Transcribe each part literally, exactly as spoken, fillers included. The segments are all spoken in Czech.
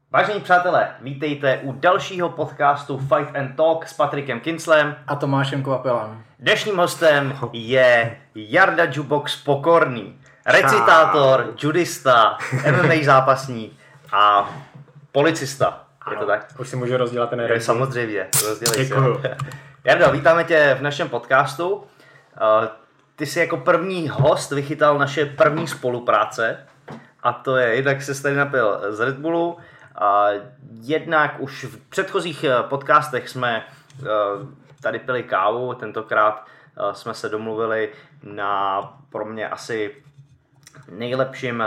Vážení přátelé, vítejte u dalšího podcastu Fight and Talk s Patrikem Kinslem a Tomášem Kvapelem. Dnešním hostem je Jarda Jubox Pokorný, recitátor, judista, M M A zápasník a policista. Je to tak? Už si můžu rozdělat ten rejs. Samozřejmě, rozdělej si. Jardo, vítáme tě v našem podcastu. Ty jsi jako první host vychytal naše první spolupráce a to je, jednak se tady napil z Red Bullu, a jednak už v předchozích podcastech jsme tady pili kávu, tentokrát jsme se domluvili na pro mě asi nejlepším,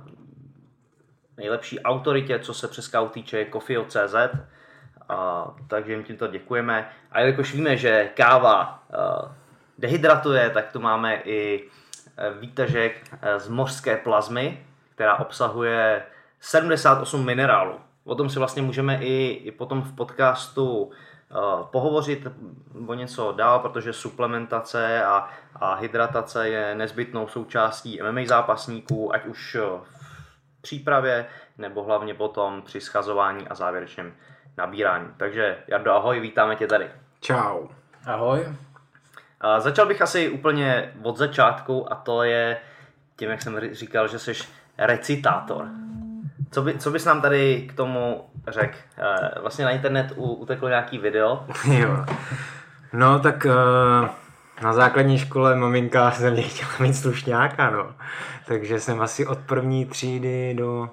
nejlepší autoritě, co se přes kávu týče, je Coffee tečka cé zet, takže jim tímto děkujeme. A jelikož víme, že káva dehydratuje, tak tu máme i výtažek z mořské plazmy, která obsahuje sedmdesát osm minerálů. O tom si vlastně můžeme i, i potom v podcastu uh, pohovořit o něco dál, protože suplementace a, a hydratace je nezbytnou součástí M M A zápasníků, ať už v přípravě, nebo hlavně potom při schazování a závěrečném nabírání. Takže Jardo, ahoj, vítáme tě tady. Čau. Ahoj. Uh, začal bych asi úplně od začátku a to je tím, jak jsem říkal, že jsi recitátor. Co, by, co bys nám tady k tomu řekl? Vlastně na internet uteklo nějaký video. Jo. No tak uh, na základní škole maminka se mě chtěla mít slušňáka, no. Takže jsem asi od první třídy do...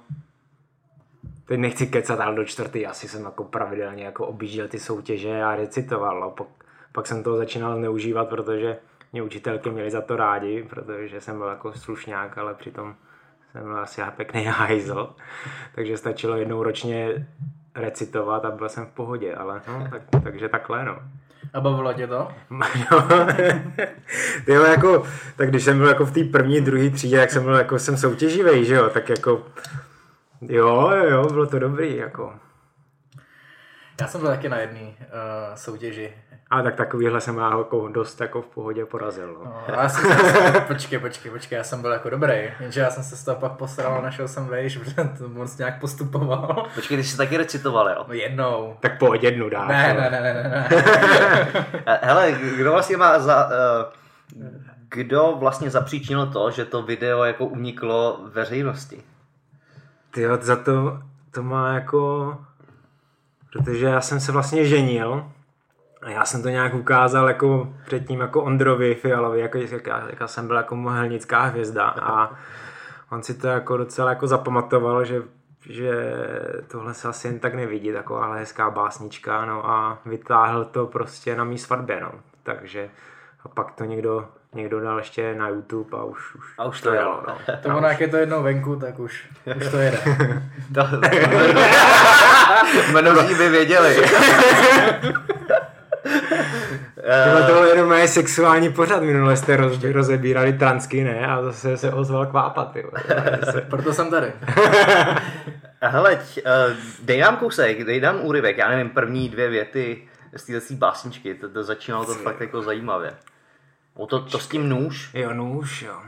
Teď nechci kecat, ale do čtvrtý asi jsem jako pravidelně jako objížděl ty soutěže a recitoval. A pak, pak jsem to začínal neužívat, protože mě učitelky měly za to rádi, protože jsem byl jako slušňák, ale přitom jsem byl asi pěkný hajzl, takže stačilo jednou ročně recitovat a byl jsem v pohodě, ale no, tak, takže takhle, no. A bavilo tě to? No, tyjo, jako, tak když jsem byl jako v té první, druhé třídě, jak jsem byl jako jsem soutěživej, že jo, tak jako, jo, jo, bylo to dobrý, jako. Já jsem byl taky na jedné uh, soutěži. A tak takovýhle jsem já jako dost jako v pohodě porazil. No. No, já jsem se, počkej, počkej, počkej, já jsem byl jako dobrý, jenže já jsem se z toho pak postaral a našel jsem vejš, protože to moc nějak postupoval. Počkej, ty jsi taky recitoval, jo? No jednou. Tak pojď jednu dáš. Ne, ne, ne, ne, ne. Hele, kdo vlastně má za... Uh, kdo vlastně zapříčinil to, že to video jako uniklo veřejnosti? Tyjo, za to, to má jako... Protože já jsem se vlastně ženil a já jsem to nějak ukázal jako předtím jako Ondrovi Fialovi, jako, jak, jak jsem byl jako mohelnická hvězda a on si to jako docela jako zapamatoval, že, že tohle se asi jen tak nevidí, taková hezká básnička, no a vytáhl to prostě na mý svatbě, no, takže a pak to někdo, někdo dal ještě na YouTube a už, už, a už to jelo, no. To ono, jak je to jednou venku, tak už, už to jede. To, mnozí by věděli. Tohle to bylo jenom moje sexuální pořad, minule jste roz, rozebírali transky, ne? A zase se ozval Kvápa, ty. Proto jsem tady. Hele, dej nám kousek, dej nám úryvek, já nevím, první dvě věty z této básničky, to, to začínalo to fakt jako zajímavě. O to, to s tím nůž? Jo, nůž, jo.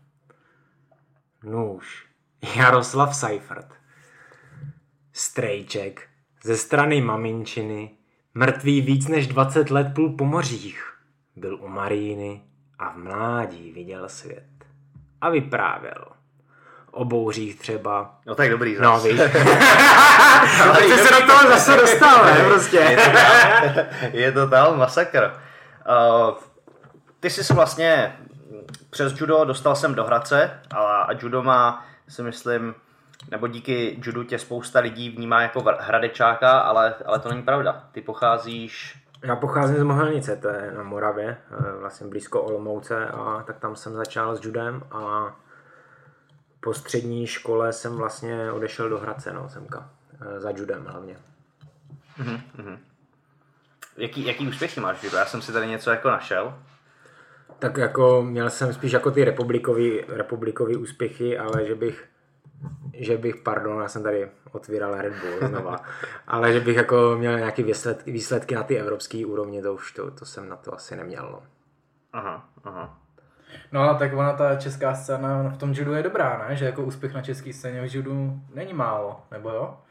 Nůž. Jaroslav Seifert. Strejček. Ze strany maminčiny. Mrtvý víc než dvacet let půl po mořích. Byl u Maríny a v mládí viděl svět. A vyprávěl. O bouřích třeba. No tak dobrý zase. No víš. Tak jsi se do toho zase dostal, ne? Prostě. Je to tam, je to tam masakr. Uh, ty jsi vlastně přes judo dostal jsem do Hradce a, a judo má, si myslím, nebo díky judu tě spousta lidí vnímá jako hradečáka, ale, ale to není pravda. Ty pocházíš... Já pocházím z Mohelnice, to je na Moravě, vlastně blízko Olomouce, a tak tam jsem začal s judem a po střední škole jsem vlastně odešel do Hradce, no, semka, za judem hlavně. Uh-huh, uh-huh. Jaký, jaký úspěchy máš v judu? Já jsem si tady něco jako našel. Tak jako měl jsem spíš jako ty republikový, republikový úspěchy, ale že bych že bych, pardon, já jsem tady otvíral Red Bull znova, ale že bych jako měl nějaké výsledky, výsledky na ty evropské úrovni, to už to, to jsem na to asi neměl. No. Aha, aha. No ale tak ona, ta česká scéna v tom judu je dobrá, ne? Že jako úspěch na české scéně v judu není málo, nebo jo?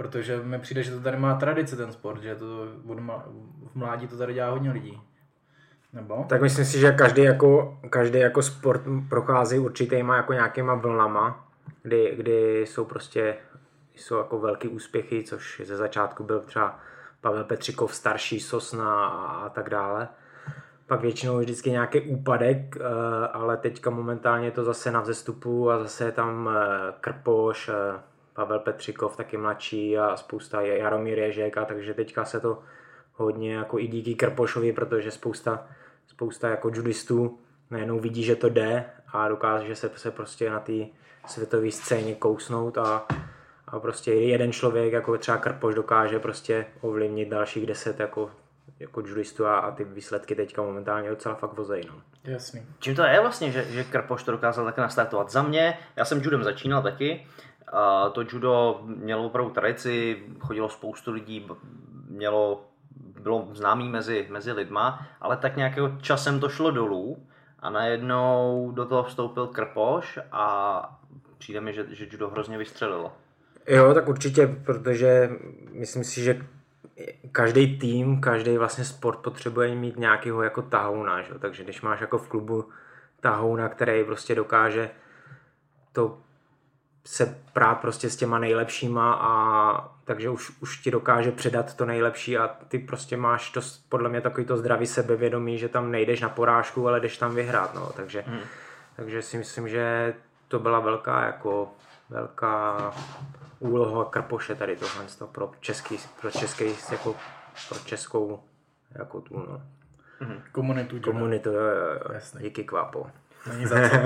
Protože mi přijde, že to tady má tradici ten sport, že to v mládí to tady dělá hodně lidí. Nebo? Tak myslím si, že každý jako, každý jako sport prochází určitýma jako nějakýma vlnama, kdy, kdy jsou prostě jsou jako velký úspěchy, což ze začátku byl třeba Pavel Petříkov, starší, Sosna a tak dále. Pak většinou vždycky nějaký úpadek, ale teďka momentálně je to zase na vzestupu a zase je tam Krpoš, Pavel Petříkov, taky mladší a spousta Jaromír Ježek, a takže teďka se to hodně jako i díky Krpošovi, protože spousta, spousta jako judistů najednou vidí, že to jde a dokáže se, se prostě na té světové scéně kousnout a, a prostě jeden člověk jako třeba Krpoš dokáže prostě ovlivnit dalších deset jako jako judistů a, a ty výsledky teďka momentálně docela fakt vozejí. No. Jasný. Čím to je vlastně, že, že Krpoš to dokázal tak nastartovat? Za mě, já jsem judem začínal taky, a to judo mělo opravdu tradici, chodilo spoustu lidí, mělo, bylo známý mezi, mezi lidma, ale tak nějakého časem to šlo dolů a najednou do toho vstoupil Krpoš a přijde mi, že, že judo hrozně vystřelilo. Jo, tak určitě, protože myslím si, že každý tým, každý vlastně sport potřebuje mít nějakého jako tahouna, že? Takže když máš jako v klubu tahouna, který prostě dokáže to se prát prostě s těma nejlepšíma a takže už, už ti dokáže předat to nejlepší a ty prostě máš to podle mě takový to zdravý sebevědomí, že tam nejdeš na porážku, ale jdeš tam vyhrát, no, takže, hmm. takže si myslím, že to byla velká jako velká úloha Krpoše tady tohle pro český, pro český, jako pro českou jako tu, no. Mm-hmm. Komunitu. Komunitu, jo, jo, jo. Díky Kvapo. Není za co.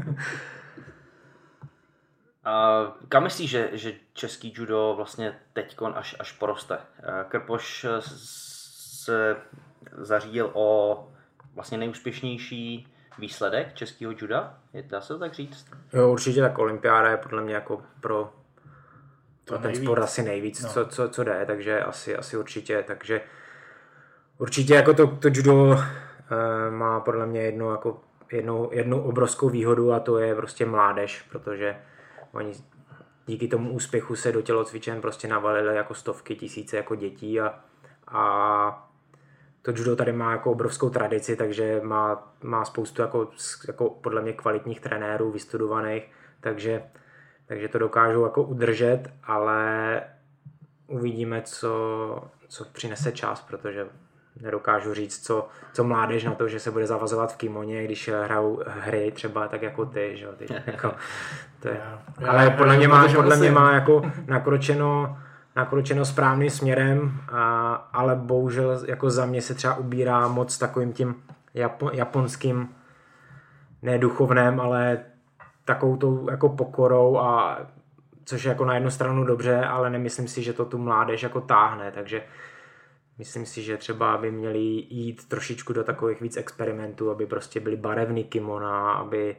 A kam myslíš, že, že český judo vlastně teďkon až, až poroste? Krpoš se zařídil o vlastně nejúspěšnější výsledek českého juda? Dá se to tak říct? Jo, určitě tak olympiáda je podle mě jako pro, pro ten nejvíc. sport asi nejvíc, no. co, co, co jde, takže asi, asi určitě, takže určitě jako to, to judo e, má podle mě jednu, jako, jednu, jednu obrovskou výhodu a to je prostě mládež, protože oni díky tomu úspěchu se do tělocvičen prostě navalili jako stovky, tisíce jako dětí a, a to judo tady má jako obrovskou tradici, takže má, má spoustu jako, jako podle mě kvalitních trenérů, vystudovaných, takže, takže to dokážou jako udržet, ale uvidíme, co, co přinese čas, protože nedokážu říct, co, co mládež na to, že se bude zavazovat v kimoně, když hrajou hry třeba tak jako ty, že? Ty jako, to je, ale podle mě má, podle mě má jako nakročeno nakročeno správným směrem, a, ale bohužel jako za mě se třeba ubírá moc takovým tím japo, japonským, ne duchovném, ale takovou tou jako pokorou, a což je jako na jednu stranu dobře, ale nemyslím si, že to tu mládež jako táhne, takže myslím si, že třeba by měli jít trošičku do takových víc experimentů, aby prostě byly barevný kimona, aby,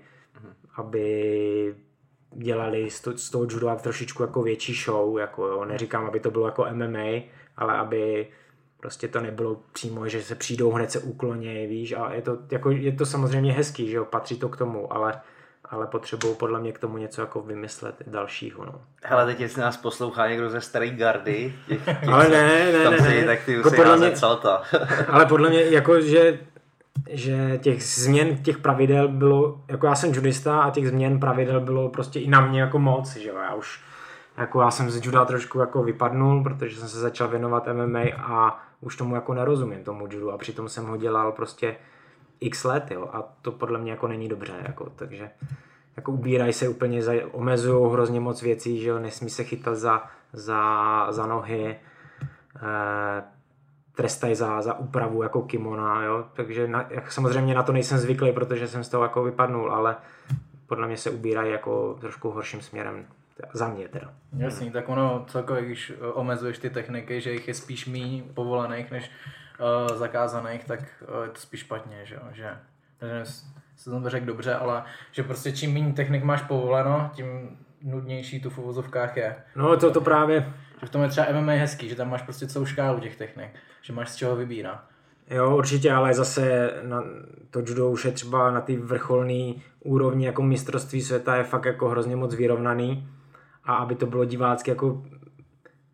aby dělali z toho juda trošičku jako větší show, jako jo. Neříkám, aby to bylo jako M M A, ale aby prostě to nebylo přímo, že se přijdou, hned se uklonějí, víš, a je to, jako, je to samozřejmě hezký, že jo, patří to k tomu, ale, ale potřebují podle mě k tomu něco jako vymyslet dalšího, no. Hele, teď jestli nás poslouchá někdo ze staré gardy, těch, těch ale ne, ne, ne, ne, tak ty jako musí házet mě, salta. Ale podle mě, jako, že že těch změn, těch pravidel bylo, jako já jsem judista a těch změn pravidel bylo prostě i na mě jako moc, že jo, já už, jako já jsem z juda trošku jako vypadnul, protože jsem se začal věnovat M M A a už tomu jako nerozumím tomu judu a přitom jsem ho dělal prostě x let, jo, a to podle mě jako není dobře, jako, takže jako ubírají se úplně, omezují hrozně moc věcí, že jo, nesmí se chytat za, za, za nohy, eh, trestají za, za úpravu jako kimona, jo? Takže na, samozřejmě na to nejsem zvyklý, protože jsem z toho jako vypadnul, ale podle mě se ubírají jako trošku horším směrem, za mě teda. Jasný, tak ono celkově, když omezuješ ty techniky, že jich je spíš míň povolených než uh, zakázaných, tak uh, je to spíš špatně, že jo, že, takže jsem to řekl dobře, ale že prostě čím méně technik máš povoleno, tím nudnější tu v uvozovkách je. No to to právě. Že v tom je třeba M M A hezký, že tam máš prostě celou škálu těch technik, že máš z čeho vybírat. Jo, určitě, ale zase na to judo už je třeba na ty vrcholné úrovni jako mistrovství světa je fakt jako hrozně moc vyrovnaný a aby to bylo divácky jako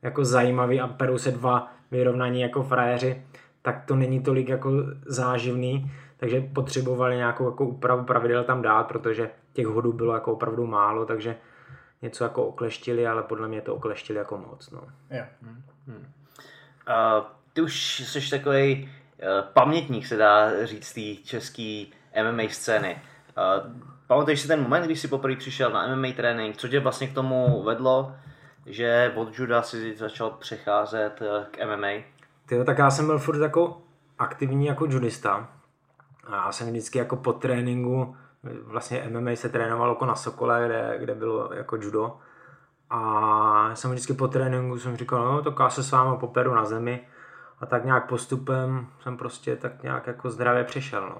jako zajímavý a perou se dva vyrovnaní jako frajeři, tak to není tolik jako záživný, takže potřebovali nějakou jako úpravu pravidel tam dát, protože těch hodů bylo jako opravdu málo, takže něco jako okleštili, ale podle mě to okleštili jako moc. No. Jo. Hmm. Hmm. Uh, ty už jsi takový uh, pamětník, se dá říct, té české M M A scény. Uh, pamatuješ si ten moment, když jsi poprvé přišel na M M A trénink, co tě vlastně k tomu vedlo, že od juda si začal přecházet k M M A? Tyjo, tak já jsem byl furt jako aktivní jako judista. A já jsem vždycky jako po tréninku, vlastně M M A se trénovalo jako na Sokole, kde, kde bylo jako judo. A jsem vždycky po tréninku jsem říkal, no tak já se s váma poperu na zemi. A tak nějak postupem jsem prostě tak nějak jako zdravě přišel. No.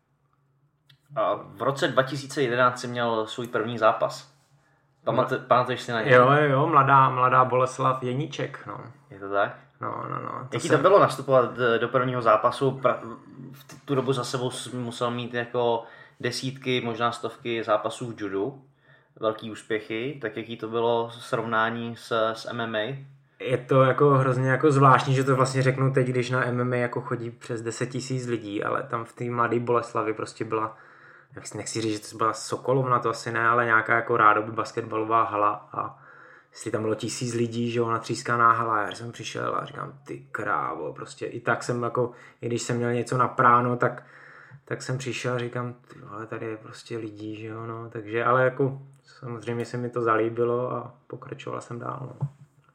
A v roce dva tisíce jedenáct jsi měl svůj první zápas. Pamatuješ pamatuješ si na něj? Jo, jo, mladá, mladá Boleslav Jeníček. No. Je to tak? No, no, no. To Jaký jsem... to bylo nastupovat do prvního zápasu? V tu dobu za sebou musel mít jako desítky, možná stovky zápasů v judu. Velký úspěchy. Tak jaký to bylo srovnání s, s M M A? Je to jako hrozně jako zvláštní, že to vlastně řeknu teď, když na M M A jako chodí přes deset tisíc lidí, ale tam v té mladé Boleslavi prostě byla, nechci říct, že to byla Sokolovna, to asi ne, ale nějaká jako rádoby basketbalová hala a jestli tam bylo tisíc lidí, že jo, natřískaná hala, já jsem přišel a říkám, ty krávo, prostě i tak jsem jako, i když jsem měl něco na práno, tak, tak jsem přišel a říkám, ty vole, tady je prostě lidí, že jo, no, takže, ale jako samozřejmě se mi to zalíbilo a pokračoval jsem dál, no.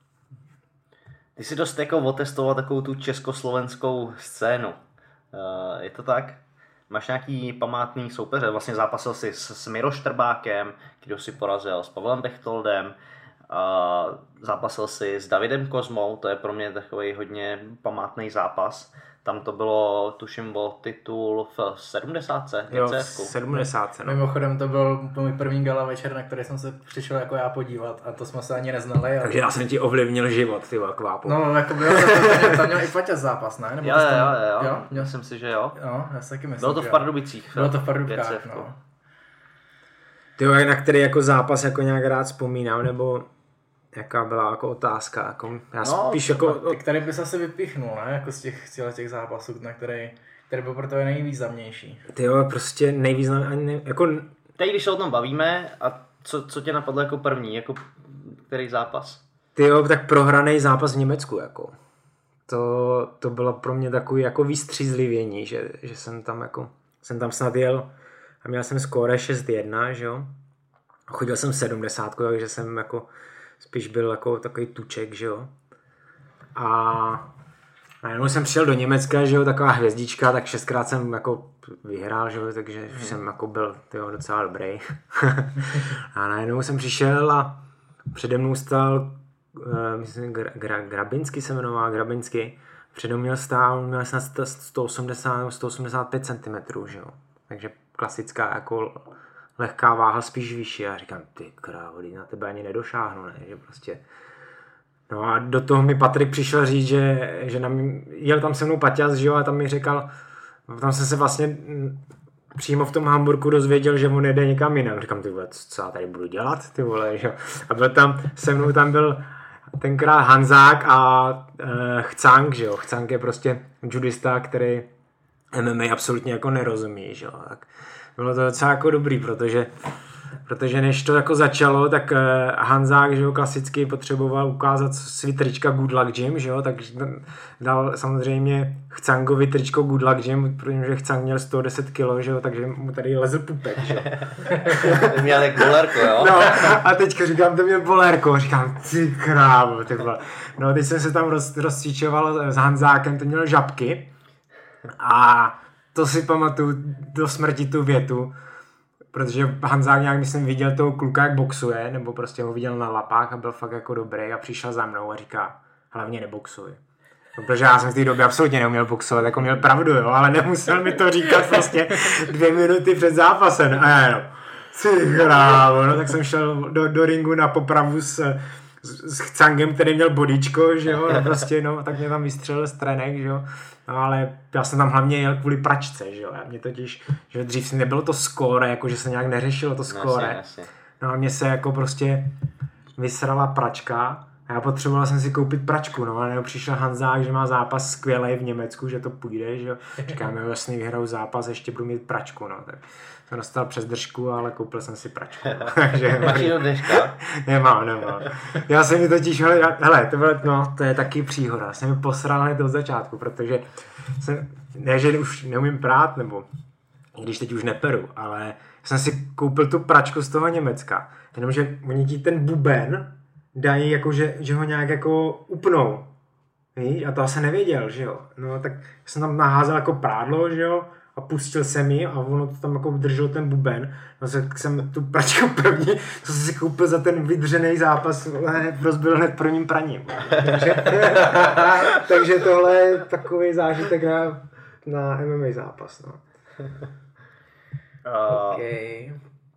Ty jsi dost jako otestoval takovou tu československou scénu. Je to tak? Máš nějaký památný soupeře? Vlastně zápasil jsi s, s Miro Štrbákem, kdo si porazil, s Pavlem Bechtoldem, zápasil jsi s Davidem Kozmou, to je pro mě takový hodně památný zápas. Tam to bylo, tuším, byl titul v sedmdesátce. Jo, v sedmdesátce. No. Mimochodem to byl můj první gala večer, na který jsem se přišel jako já podívat a to jsme se ani neznali. Takže já jsem ti ovlivnil život, ty Kvápo. No, jako bylo to, tam měl i Paťa zápas, ne? Nebo jo, jo, tam, jo, jo, jo, jo. Myslím si, že jo. Jo, já si taky myslím, bylo to v Pardubicích. Bylo to v Pardubicích, no. Ty jo, na který jako zápas jako nějak rád vzpomínám, nebo jaká byla jako otázka, jako já no, spíš jako... Ty, který bys asi vypichnul, ne? Jako z těch, z těch zápasů, na který, který byl pro tebe nejvýznamnější. Ty jo, prostě nejvýznamnější, jako... Teď, když se o tom bavíme, a co, co tě napadlo jako první, jako který zápas? Ty jo, tak prohraný zápas v Německu, jako. To, to bylo pro mě takový jako vystřízlivění, že, že jsem tam jako, jsem tam snad jel a měl jsem skóre šest jedna, že jo. Chodil jsem sedmdesát, takže jsem jako spíš byl jako takový tuček, že jo. A najednou jsem přišel do Německa, že jo, taková hvězdička, tak šestkrát jsem jako vyhrál, že jo, takže hmm. jsem jako byl tyjo, docela dobrý. A najednou jsem přišel a přede mnou stál, uh, myslím, gra, gra, Grabinsky se jmenoval, Grabinsky. Přede mnou měl stál, měl snad sto osmdesát, sto osmdesát pět centimetrů, že jo. Takže klasická jako lehká váha, spíš vyšší. A říkám, ty krávo, na tebe ani nedošáhnu, ne, že prostě... No a do toho mi Patrik přišel říct, že, že na mě, jel tam se mnou Paťas, že jo, a tam mi říkal, tam jsem se vlastně přímo v tom Hamburku dozvěděl, že on jede někam jinam. Říkám, ty vole, co já tady budu dělat, ty vole, že jo. A byl tam, se mnou tam byl tenkrát Hanzák a e, Chcang, že jo. Chcang je prostě judista, který M M A absolutně jako nerozumí, že jo. Tak bylo to docela jako dobrý, protože Protože než to jako začalo, tak Hanzák, že jo, klasicky potřeboval ukázat svý trička Good Luck Gym, že jo, tak dal samozřejmě Chcangovi tričko Good Luck Gym, protože Chcang měl sto deset kilo, že jo, takže mu tady lezl pupek, že jo. Měl jak bolérko, jo? No a teďka říkám, to měl bolérko, říkám, ty krávo, ty vole. No teď jsem se tam roz, rozcvičoval s Hanzákem, ten měl žabky a to si pamatuju do smrti tu větu, protože Hanzák nějak, myslím, viděl toho kluka, jak boxuje, nebo prostě ho viděl na lapách a byl fakt jako dobrý a přišel za mnou a říká, hlavně neboxuj. No, protože já jsem v té době absolutně neuměl boxovat, jako měl pravdu, jo, ale nemusel mi to říkat vlastně dvě minuty před zápasem. A já jenom, ty krávo, no tak jsem šel do, do ringu na popravu s, s Chcangem, který měl bodíčko, že jo, no prostě, no, tak mě tam vystřelil z trenek, že jo. No ale já jsem tam hlavně jel kvůli pračce, že jo, mě totiž, že dřív si nebylo to skóre, jako že se nějak neřešilo to skóre. No a mně se jako prostě vysrala pračka A já potřeboval jsem si koupit pračku, no, a nebo přišel Hanzák, že má zápas skvělej v Německu, že to půjde, že jo. Říkáme, jasný, vyhraju zápas, ještě budu mít pračku, no, tak jsem dostal přes držku, ale koupil jsem si pračku. No. Takže, máš do dneška? Nemám, nemám. Já jsem mi totiž, hele, hele to, bylo, no, to je taky příhoda, jsem mi posral hned od začátku, protože jsem, ne, že už neumím prát, nebo i když teď už neperu, ale jsem si koupil tu pračku z toho Německa, jenomže oni ti ten buben dají jako, že, že ho nějak jako upnou. Víš? A to jsem nevěděl, že jo. No tak jsem tam naházel jako prádlo, že jo, a pustil jsem ji a ono to tam jako držel ten buben. No tak jsem tu pračku první, co jsem si koupil za ten vydřený zápas, rozbil hned prvním praním. takže, takže tohle je takový zážitek na, na M M A zápas, no. Uh, okay.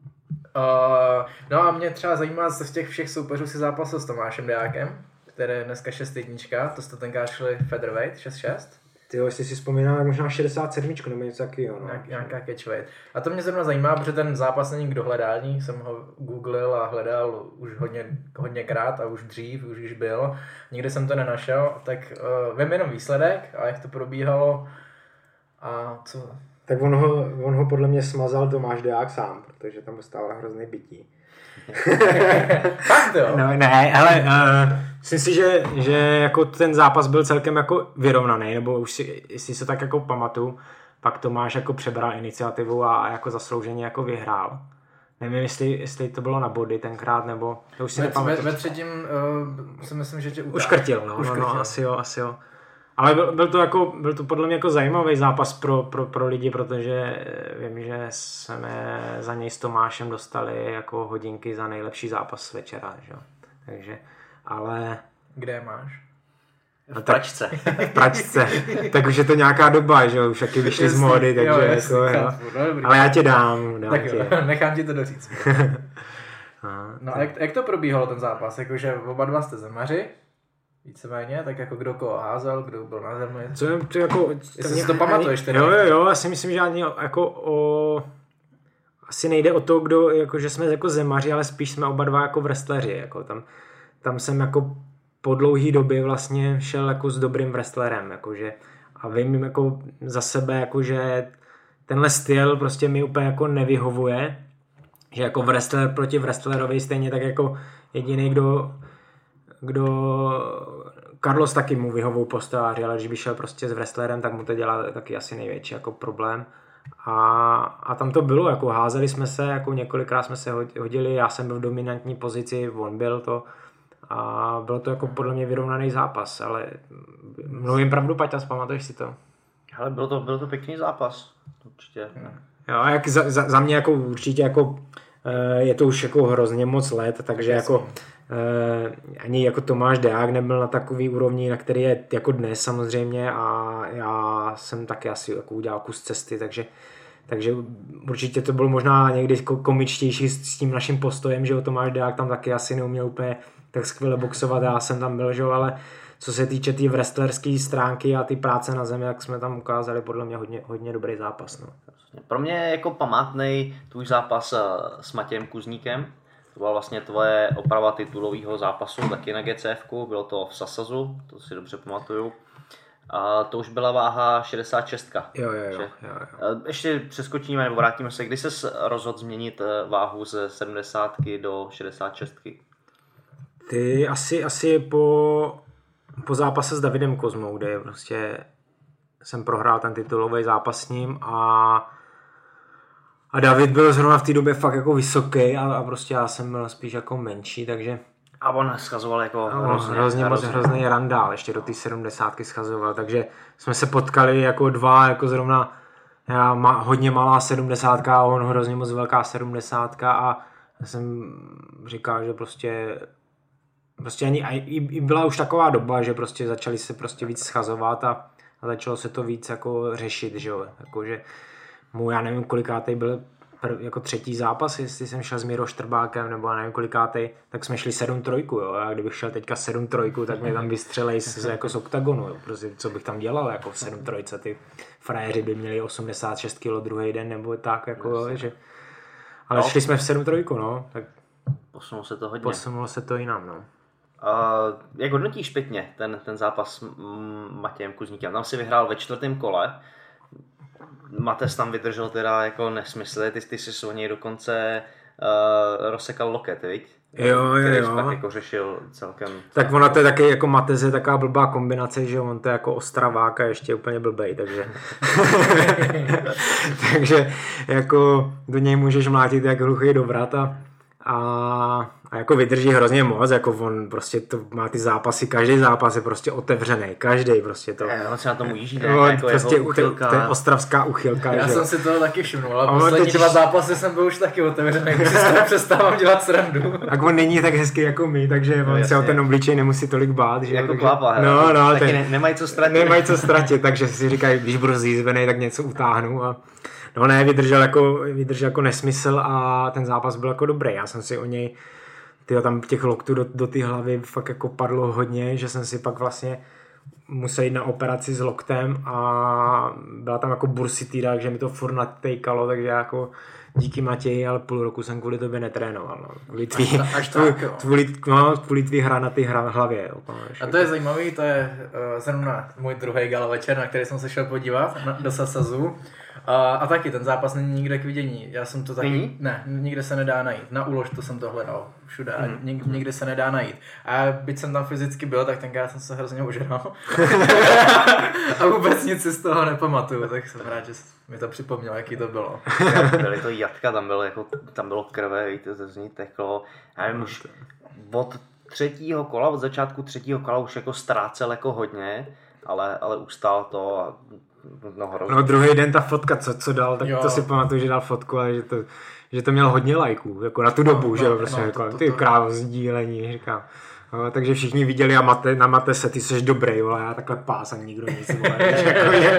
Uh, no a mě třeba zajímá, z těch všech soupeřů si zápasil s Tomášem Deákem, který je dneska šest jednička, to jste tenkrát šli featherweight šest šest. Tyjo, jestli si vzpomínám, možná šedesát sedm nebo něco takového. No. Nějak, nějaká catchweight. A to mě zrovna zajímá, protože ten zápas není k dohledání, jsem ho googlil a hledal už hodně, hodněkrát a už dřív, už když byl. Nikde jsem to nenašel, tak uh, vím jenom výsledek a jak to probíhalo a co... Tak on ho, on ho podle mě smazal Tomáš Deák sám, protože tam dostával hrozný bytí. Fakt jo? No, ne, ale uh, myslím si, že, že jako ten zápas byl celkem jako vyrovnaný, nebo už si, jestli se tak jako pamatuju, pak Tomáš jako přebral iniciativu a, a jako zaslouženě jako vyhrál. Nevím, jestli, jestli to bylo na body tenkrát, nebo to už si ve, nepamatuju. Ve, ve třetím uh, si myslím, že tě utáhl. Uškrtil, no, Uškrtil. no, no, asi jo, asi jo. Ale byl, byl, to jako, byl to podle mě jako zajímavý zápas pro, pro, pro lidi, protože vím, že jsme za něj s Tomášem dostali jako hodinky za nejlepší zápas večera, že? Takže, ale... Kde máš? V pračce. V pračce. Tak už je to nějaká doba, že už taky vyšli z módy, takže jo, jako, jasný, jo. chápu, no, Ale já tě dám, dám tak tě. Jo, nechám ti to doříct. No a jak, jak to probíhalo ten zápas? Jakože oba dva jste zemaři? Víceméně, tak jako kdo koho házel, kdo byl na zemi. Co je to jako... Jestli si to pamatuješ teda. Jo, jo, jo, já si myslím, že ani jako o... Asi nejde o to, kdo, jako, že jsme jako zemaři, ale spíš jsme oba dva jako wrestleri. Jako tam, tam jsem jako po dlouhý době vlastně šel jako s dobrým wrestlerem. Jakože, a vím jako za sebe, jako, že tenhle styl prostě mi úplně jako nevyhovuje. Že jako wrestler proti wrestlerovi stejně tak jako jediný, kdo... kdo Carlos taky mu vyhovou postaváři, ale když by šel prostě s wrestlerem, tak mu to dělá taky asi největší jako problém. A, a tam to bylo, jako házeli jsme se, jako několikrát jsme se hodili, já jsem byl v dominantní pozici, on byl to a bylo to jako podle mě vyrovnaný zápas, ale mluvím pravdu, Paťa, pamatuješ si to? Ale byl to, byl to pěkný zápas, určitě. Jo, a jak za, za, za mě jako určitě jako je to už jako hrozně moc let, takže jako uh, ani jako Tomáš Deák nebyl na takový úrovni, na který je jako dnes samozřejmě a já jsem taky asi jako udělal kus cesty, takže, takže určitě to bylo možná někdy komičtější s, s tím naším postojem, že Tomáš Deák tam taky asi neuměl úplně tak skvěle boxovat, já jsem tam byl, že? Ale co se týče té tý wrestlerské stránky a ty práce na zemi, jak jsme tam ukázali podle mě hodně, hodně dobrý zápas. No. Pro mě je jako památnej tvůj zápas s Matějem Kuzníkem. To byla vlastně tvoje oprava titulového zápasu taky na G C F ku, bylo to v Sasazu, to si dobře pamatuju. A to už byla váha šedesát šest. Jo, jo, jo, jo, jo. Ještě přeskočíme nebo vrátíme se, kdy ses rozhodl změnit váhu ze sedmdesát do šedesát šest? Ty asi, asi po, po zápase s Davidem Kozmou, kde prostě jsem prohrál ten titulový zápas s ním a A David byl zrovna v té době fakt jako vysoký a, a prostě já jsem byl spíš jako menší, takže... A on schazoval jako no, hrozně, hrozně, moc, hrozný randál, ještě do té sedmdesátky schazoval, takže jsme se potkali jako dva, jako zrovna já ma, hodně malá sedmdesátka a on hrozně moc velká sedmdesátka a já jsem říkal, že prostě... Prostě ani, i, i byla už taková doba, že prostě začali se prostě víc schazovat a, a začalo se to víc jako řešit, že jo, jakože můj, já nevím kolikátej byl prv, jako třetí zápas, jestli jsem šel s Mírou Štrbákem nebo já nevím kolikátej, tak jsme šli sedm trojku, jo, a kdybych šel teďka sedm trojku, tak mě tam vystřelej z, jako z oktagonu, jo, prostě co bych tam dělal, jako v sedm trojce, ty frajeři by měli osmdesát šest kilo druhý den nebo tak, jako jo, že, ale no. Šli jsme v sedm trojku, no, tak posunulo se to hodně. Posunulo se to jinam, no. Uh, jak hodnotíš zpětně ten, ten zápas s Matějem Kuzníkem? Tam si vyhrál ve čtvrtém kole. Mates tam vydržel teda jako nesmysly, ty, ty jsi o něj dokonce uh, rozsekal loket, viď? Jo, jo, který jo. pak jako řešil celkem. Tak ona to je taky jako Matez je taková blbá kombinace, že on to je jako Ostravák a ještě úplně blbej, takže takže jako do něj můžeš mlátit jak hluchý do vrata a, a jako vydrží hrozně moc, jako on prostě to má ty zápasy, každý zápas je prostě otevřený, každý prostě to. Je, on se na tomu jíždí, no, jako prostě jeho uchylka. To je ostravská uchylka. Já že? jsem si toho taky všimnul, ale On poslední totiž... dva zápasy jsem byl už taky otevřený, když si z toho přestávám dělat srandu. Tak on není tak hezký jako my, takže no, on jasně. se o ten obličej nemusí tolik bát. Že? Jako takže... klapa, no, no, taky ten... ne, nemají co ztratit. Nemají co ztratit, takže si říkají, když budu zjízvený, tak něco utáhnu. A... No ne, vydržel jako, vydržel jako nesmysl a ten zápas byl jako dobrý. Já jsem si o něj, tyjo, tam těch loktů do, do té hlavy fakt jako padlo hodně, že jsem si pak vlastně musel jít na operaci s loktem a byla tam jako bursitýra, že mi to furt natejkalo, takže jako díky Matěji, ale půl roku jsem kvůli tobě netrénoval. No. Kvůli tvý, až, až tak, jo. Kvůli, no, kvůli tvý hra na ty hra, hlavě. Jo. A to je zajímavý, to je uh, zrovna můj druhý gala večer, na který jsem se šel podívat, na, do Sasazu. A, a taky ten zápas není nikde k vidění. Já jsem to taky, Není? ne, nikde se nedá najít. Na úlož to jsem to hledal, všude, Hmm. nik, nikde se nedá najít. A byť jsem tam fyzicky byl, tak tenkrát jsem se hrozně ožral. A vůbec nic si z toho nepamatuju, tak jsem rád, že mi to připomněl, jaký to bylo. Byly to jatka, tam bylo, jako, tam bylo krve, víte, to z ní teklo. Já nevím, už od třetího kola, od začátku třetího kola už jako ztrácel jako hodně, ale, ale ustál to a no hrozně. No druhý den ta fotka, co, co dal, tak jo. to si pamatuju, že dal fotku, ale že to, že to měl hodně lajků, jako na tu dobu, no, že jo, no, prostě no, jako, to, to, ty to. krávo sdílení, říkám. No, takže všichni viděli a mate, na Matese, ty jsi dobrý, vole, já takhle pás a nikdo nic, vole, jako je.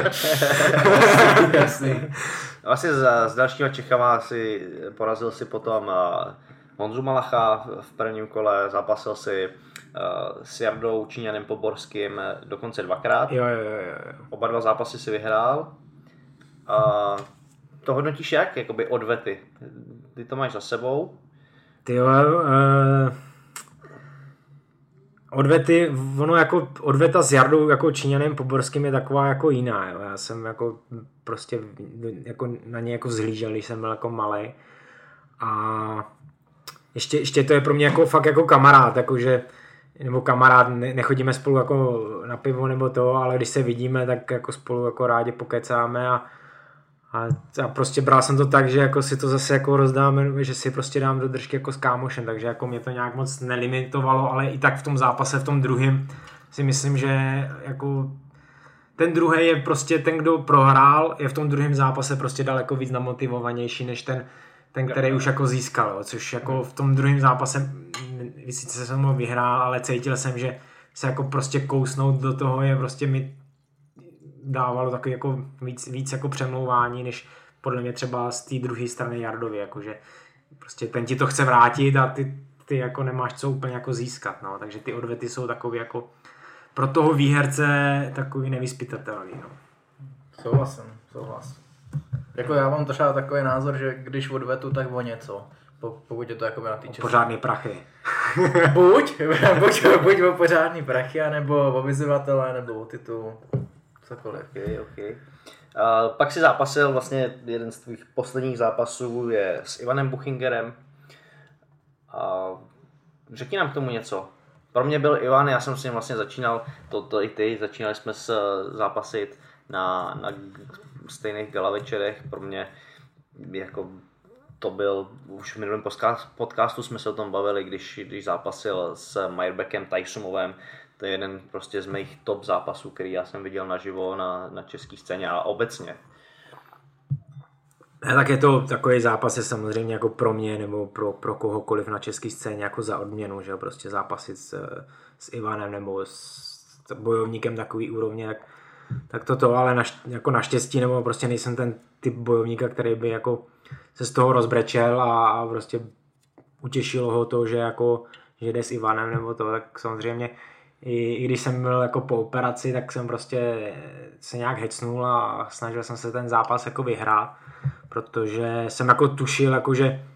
Jasný. Asi s, s dalšíma Čechama si porazil si potom uh, Honzu Malacha v prvním kole, zápasil si uh, s Jardou Číňanem Poborským dokonce dvakrát. Jo, jo, jo, jo. Oba dva zápasy si vyhrál. Uh, to hodnotíš jak? Jakoby odvety. Ty to máš za sebou. Ty jo, uh, odvety, ono jako odveta s Jardou jako Číňanem Poborským je taková jako jiná, jo. Já jsem jako prostě jako na ně jako zhlížel, když jsem byl jako malej. A ještě, ještě to je pro mě jako fakt jako kamarád, jakože nebo kamarád, ne, nechodíme spolu jako na pivo nebo to, ale když se vidíme, tak jako spolu jako rádi pokecáme a A, a prostě bral jsem to tak, že jako si to zase jako rozdáme, že si prostě dám do držky jako s kámošem, takže jako mě to nějak moc nelimitovalo, ale i tak v tom zápase, v tom druhém si myslím, že jako ten druhý je prostě ten, kdo prohrál, je v tom druhém zápase prostě daleko víc namotivovanější než ten, ten který už jako získal, což jako v tom druhém zápase sice jsem ho vyhrál, ale cítil jsem, že se jako prostě kousnout do toho je prostě mi dávalo takový jako víc, víc jako přemlouvání, než podle mě třeba z té druhé strany Jardovi, jakože prostě ten ti to chce vrátit a ty, ty jako nemáš co úplně jako získat, no, takže ty odvety jsou takový jako pro toho výherce takový nevyzpytatelný, no. Souhlasím, souhlas. Jako já mám třeba takový názor, že když odvetu, tak o něco. Pokud je to jako na týče. Pořádný prachy. buď, buď, buď o pořádný prachy, nebo o vyzývatele, nebo o titul. Cokoliv. Okay, okay. Uh, pak si zápasil vlastně jeden z tvých posledních zápasů je s Ivanem Buchingerem. Uh, řekni nám k tomu něco. Pro mě byl Ivan, já jsem s ním vlastně začínal, to, to i ty, začínali jsme se zápasit na, na stejných gala večerech. Pro mě jako to byl, už v minulém podcastu jsme se o tom bavili, když, když zápasil s Mayerbeckem Tysonovem. To je jeden prostě z mých top zápasů, který já jsem viděl naživo na, na české scéně a obecně. Ne, tak je to takový zápas je samozřejmě jako pro mě nebo pro, pro kohokoliv na české scéně jako za odměnu, že prostě zápasit s, s Ivanem nebo s bojovníkem takový úrovně, tak, tak toto, ale naš, jako naštěstí nebo prostě nejsem ten typ bojovníka, který by jako se z toho rozbrečel a, a prostě utěšilo ho to, že jako že jde s Ivanem nebo to, tak samozřejmě I, i když jsem byl jako po operaci, tak jsem prostě se nějak hecnul a snažil jsem se ten zápas jako vyhrát, protože jsem jako tušil, jako že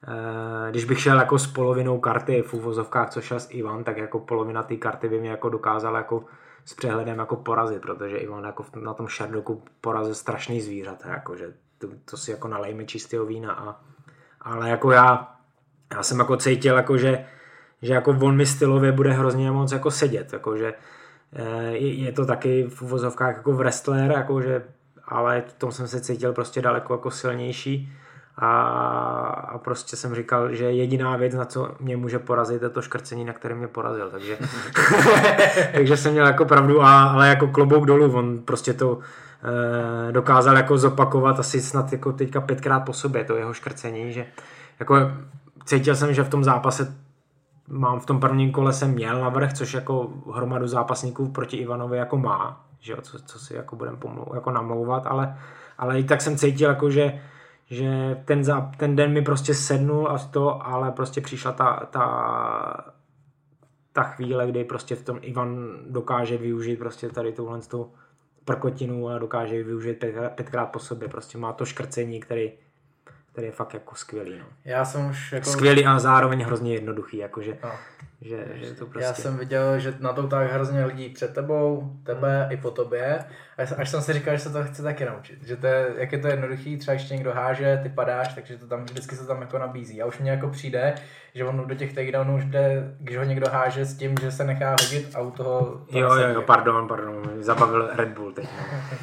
když bych šel jako s polovinou karty v uvozovkách, co šel s Ivan, tak jako polovina té karty by mě jako dokázala jako s přehledem jako porazit, protože Ivan jako na tom Sherlocku porazil strašný zvířata, jako, že to, to si jako nalejme čistého vína. A, ale jako já, já jsem jako cítil, jako, že, že jako on mi stylově bude hrozně moc jako sedět, jako, že je, je to taky v uvozovkách jako wrestler, jako, že, ale v tom jsem se cítil prostě daleko jako silnější. A, a prostě jsem říkal, že jediná věc, na co mě může porazit, je to škrcení, na které mě porazil, takže, takže jsem měl jako pravdu, a, ale jako klobouk dolů, on prostě to e, dokázal jako zopakovat asi snad jako teďka pětkrát po sobě, to jeho škrcení, že jako cítil jsem, že v tom zápase mám v tom prvním kole jsem měl navrch, což jako hromadu zápasníků proti Ivanovi jako má, že jo, co, co si jako budem pomlou, jako namlouvat, ale, ale i tak jsem cítil jako, že že ten, za, ten den mi prostě sednul a to, ale prostě přišla ta, ta, ta chvíle, kdy prostě v tom Ivan dokáže využít prostě tady tuhle tu prkotinu a dokáže ji využít pět, pětkrát po sobě. Prostě má to škrcení, který, který je fakt jako skvělý. No. Já jsem už jako... Skvělý a zároveň hrozně jednoduchý, jakože... No. Že, že to prostě... Já jsem viděl, že na to tak hrozně lidí před tebou, tebe i po tobě, až jsem si říkal, že se to chci taky naučit, že to je, jak je to jednoduchý, třeba ještě někdo háže, ty padáš, takže to tam vždycky se tam jako nabízí. A už mě jako přijde, že on do těch takedownů už jde, když ho někdo háže s tím, že se nechá hodit a u toho... toho jo, jo, jo, pardon, pardon, zabavil Red Bull teď.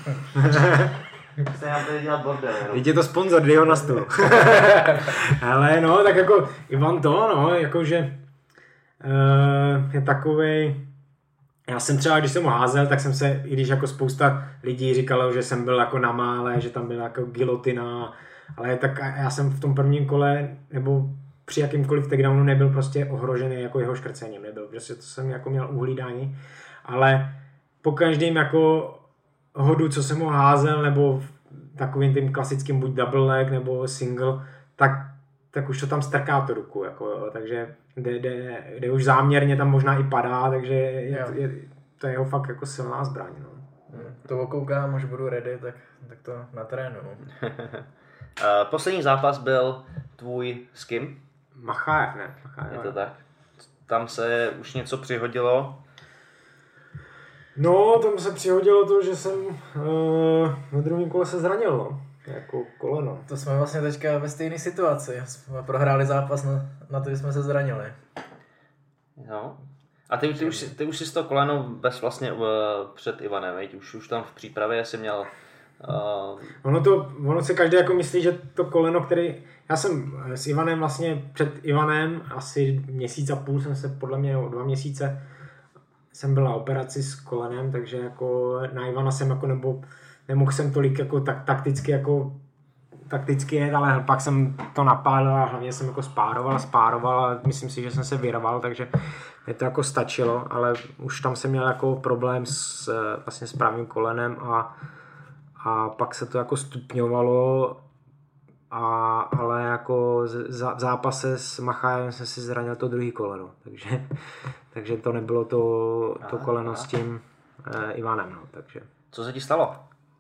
Jste nám tady dělat bordel. Teď je to sponzor, dej ho na stůl. Ale no, tak jako Ivan to, no, jakože uh, je takovej, já jsem třeba, když jsem ho házel, tak jsem se, i když jako spousta lidí říkalo, že jsem byl jako na mále, že tam byla jako gilotina, ale tak já jsem v tom prvním kole, nebo při jakýmkoliv takedownu nebyl prostě ohrožený jako jeho škrcením, nebyl, prostě to jsem jako měl uhlídání, ale po každém jako hodu, co jsem ho házel, nebo takovým tím klasickým buď double leg, nebo single, tak, tak už to tam strká tu ruku, jako, jo, takže jde, jde, jde už záměrně, tam možná i padá, takže je, je, to je jeho fakt jako silná zbraň. No. Hmm, to okoukám, až budu ready, tak, tak to natrénuju. Poslední zápas byl tvůj s kým? Machájev, ne? Machájev. Je to tak. Tam se už něco přihodilo? No, tam se přihodilo to, že jsem uh, na druhém kole se zranil, no. Jako koleno. To jsme vlastně teďka ve stejné situaci. Jsme prohráli zápas na, na to, že jsme se zranili. No. A ty, ty, už, ty už jsi to koleno bez vlastně uh, před Ivanem, veď? Už, už tam v přípravě jsi měl... Uh... Ono, to, ono se každý jako myslí, že to koleno, který... Já jsem s Ivanem vlastně před Ivanem asi měsíc a půl jsem se podle mě, dva měsíce jsem byl na operaci s kolenem, takže jako na Ivana jsem jako nebo nemohl jsem tolik jako tak, takticky jako takticky jet, ale pak jsem to napálil a hlavně jsem jako spároval, spároval a myslím si, že jsem se vyrval, takže mě to jako stačilo, ale už tam jsem měl jako problém s, vlastně s pravým kolenem a, a pak se to jako stupňovalo, a, ale jako z, v zápase s Machájem jsem si zranil to druhý koleno, takže, takže to nebylo to, to koleno s tím eh, Ivanem, no, takže. Co se ti stalo?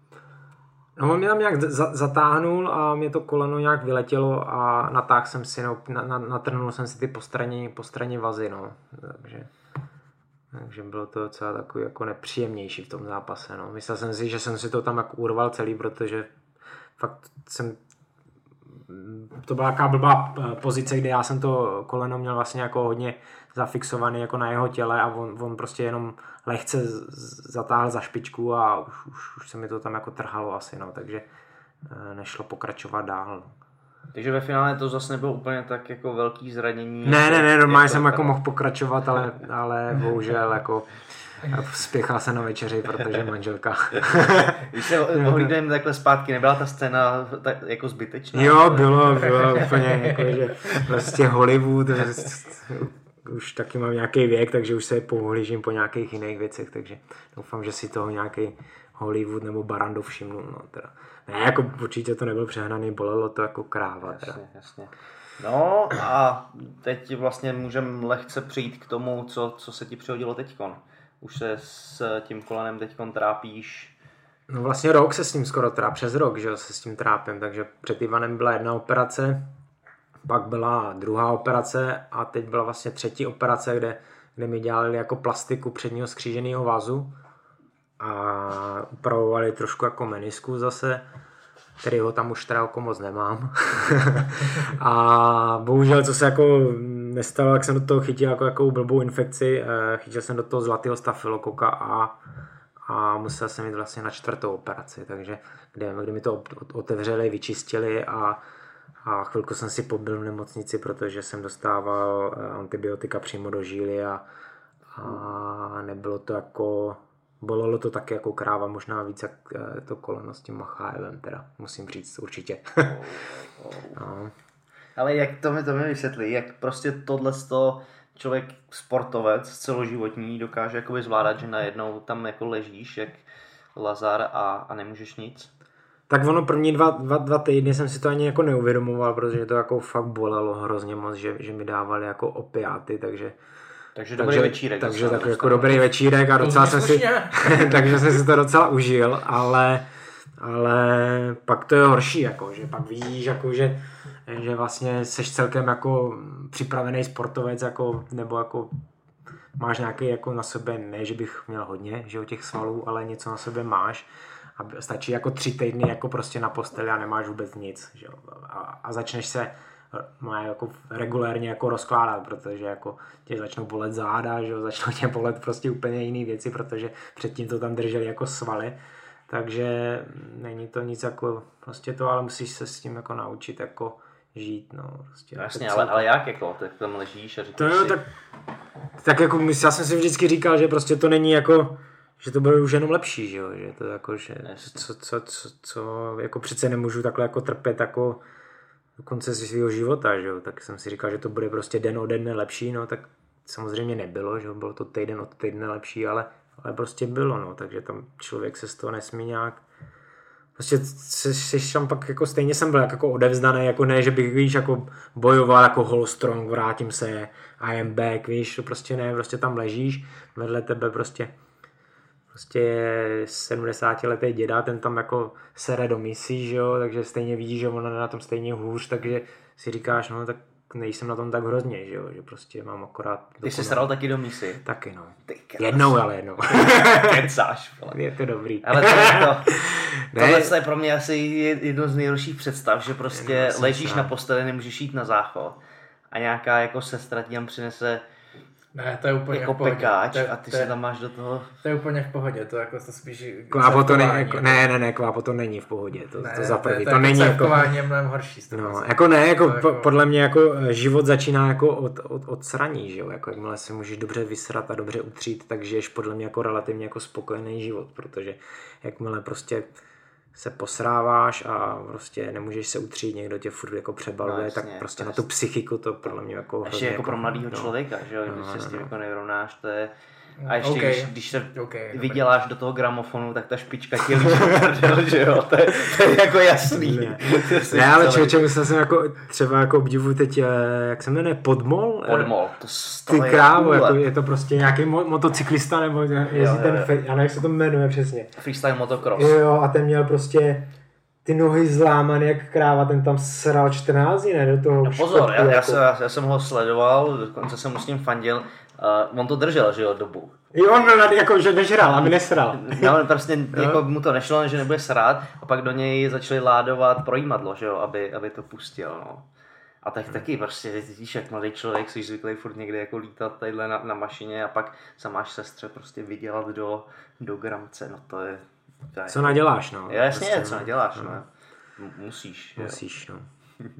No, on mě tam nějak za, zatáhnul a mě to koleno nějak vyletělo a natáhl jsem si, no, na, na, natrhnul jsem si ty postranní, postranní vazy, no, takže, takže bylo to docela takový jako nepříjemnější v tom zápase, no. Myslel jsem si, že jsem si to tam jako urval celý, protože fakt jsem, to byla taková blbá pozice, kde já jsem to koleno měl vlastně jako hodně zafixovaný jako na jeho těle a on, on prostě jenom lehce zatáhl za špičku a už, už, už se mi to tam jako trhalo asi, no, takže nešlo pokračovat dál. Takže ve finále to zase nebylo úplně tak jako velký zranění. Ne, ne, ne, normálně jsem jako mohl pokračovat, ale, ale bohužel jako spěchal se na večeři, protože manželka. Když se ohlídneme takhle zpátky, nebyla ta scéna tak jako zbytečná? Jo, bylo, bylo úplně jako, že prostě Hollywood, už taky mám nějaký věk, takže už se pohlížím po nějakých jiných věcech, takže doufám, že si toho nějaký Hollywood nebo Barrandov všimnu. No, teda. Ne, jako určitě to nebyl přehnaný, bolelo to jako kráva. Teda. Jasně, jasně. No a teď vlastně můžeme lehce přijít k tomu, co, co se ti přihodilo teďkon. Už se s tím kolenem teďkon trápíš? No vlastně rok se s tím skoro trápím, přes rok, že se s tím trápím, takže před Ivanem byla jedna operace, pak byla druhá operace a teď byla vlastně třetí operace, kde, kde mi dělali jako plastiku předního skříženého vazu a upravovali trošku jako meniskus zase, kterýho tam už teda jako moc nemám. A bohužel, co se jako nestalo, jak jsem do toho chytil jako, jako blbou infekci, chytil jsem do toho zlatého stafylokoka a, a musel jsem jít vlastně na čtvrtou operaci, takže kde, kde mi to otevřeli, vyčistili a, a chvilku jsem si pobyl v nemocnici, protože jsem dostával antibiotika přímo do žíly a, a nebylo to jako... Bolelo to taky jako kráva, možná víc jak to koleno s tím H I Vem, teda musím říct určitě. No. Ale jak to mi to mi vysvětlí, jak prostě tohleto člověk sportovec celoživotní dokáže jakoby zvládat, že najednou tam jako ležíš jak Lazar a, a nemůžeš nic? Tak ono první dva, dva, dva týdny jsem si to ani jako neuvědomoval, protože to jako fakt bolelo hrozně moc, že, že mi dávali jako opiáty, takže Takže dobrý takže, večírek. Takže tak jako dobrý večírek a docela jsem si, takže jsem si to docela užil, ale, ale pak to je horší, jako, že pak vidíš, jako, že, že vlastně seš celkem jako připravený sportovec, jako, nebo jako máš nějaký jako na sobě, ne, že bych měl hodně, že o těch svalů, ale něco na sobě máš a stačí jako tři týdny jako prostě na posteli a nemáš vůbec nic, že? A, a začneš se má jako regulérně jako rozkládat, protože jako tě začnou bolet záda, že jo, začnou tě bolet prostě úplně jiné věci, protože předtím to tam drželi jako svaly, takže není to nic jako prostě to, ale musíš se s tím jako naučit jako žít, no prostě. No jasně, ale, ale jak jako, tak tam ležíš a říkáš to jo, si... tak, tak jako já jsem si vždycky říkal, že prostě to není jako, že to bude už jenom lepší, že jo, že to jako, že co, co, co, co, jako přece nemůžu takhle jako trpět jako do konce svého života, že jo, tak jsem si říkal, že to bude prostě den ode dne lepší, no tak samozřejmě nebylo, že jo, bylo to týden od týdne lepší, ale, ale prostě bylo, no, takže tam člověk se z toho nesmí nějak, prostě jsi tam pak jako stejně jsem byl jako odevzdaný, jako ne, že bych, víš, jako bojoval jako whole strong, vrátím se, I am back, víš, to prostě ne, prostě tam ležíš, vedle tebe prostě prostě je sedmdesátiletý děda, ten tam jako sere do misí, že jo, takže stejně vidíš, že ona na tom stejně hůř, takže si říkáš, no tak nejsem na tom tak hrozně, že jo, že prostě mám akorát... Ty jsi seral taky do misí? Taky, no. Jednou, ale jednou. Kecáš, vole. Je to dobrý. Ale to je to... Tohle je pro mě asi jedno z nejhorších představ, že prostě no, ležíš na posteli, nemůžeš jít na záchod a nějaká jako sestra ti tam přinese ne, to je úplně jako v pohodě. pekáč to je, a ty to se je, tam máš do toho... To je úplně v pohodě, to jako to spíš... Kvápo to není, jako, ne, ne, ne, kvápo to není v pohodě, to, ne, to za první, to, to, to není jako... je mnohem horší. No, jako ne, jako, jako podle mě jako život začíná jako od, od, od sraní, že jo, jako jakmile si můžeš dobře vysrat a dobře utřít, tak žiješ podle mě jako relativně jako spokojený život, protože jakmile prostě se posráváš a prostě nemůžeš se utřít, někdo tě furt jako přebaluje, no, jasně, tak prostě na tu psychiku to podle mě jako... Ještě jako, jako pro mladýho no, člověka, že jo, když no, se s tím no. jako nevyrovnáš, to je... A ještě okay. když, když se okay, vyděláš do toho gramofonu, tak ta špička tě líčí, že jo, to je, to je jako jasný. Ne, ne ale člověče, myslel jsem jako třeba jako obdivuji teď, jak se jmenuje, Podmol? Podmol, to Ty krávo, jako je to prostě nějaký mo- motocyklista nebo jezdí ten, fe- já nevím, jak se to jmenuje přesně. Freestyle motocross. Jo, jo, a ten měl prostě ty nohy zlámaný jak kráva, ten tam sral čtrnáct, ne, do toho. No pozor, já, já, jsem, já jsem ho sledoval, dokonce jsem mu s ním fandil. Uh, on to držel, že jo, dobu. Jo, on byl jako, že nežral, aby nesral. No, prostě no. jako mu to nešlo, že nebude srát a pak do něj začali ládovat projímadlo, že jo, aby, aby to pustil, no. A tak hmm. taky prostě, víš, jak mladý člověk, jsi zvyklý furt někde jako lítat tadyhle na, na mašině a pak se máš sestře prostě vydělat do, do gramce, no to je... To je co naděláš, no. Jo, jasně, prostě, co naděláš, no. no. Musíš. Musíš, jo. no.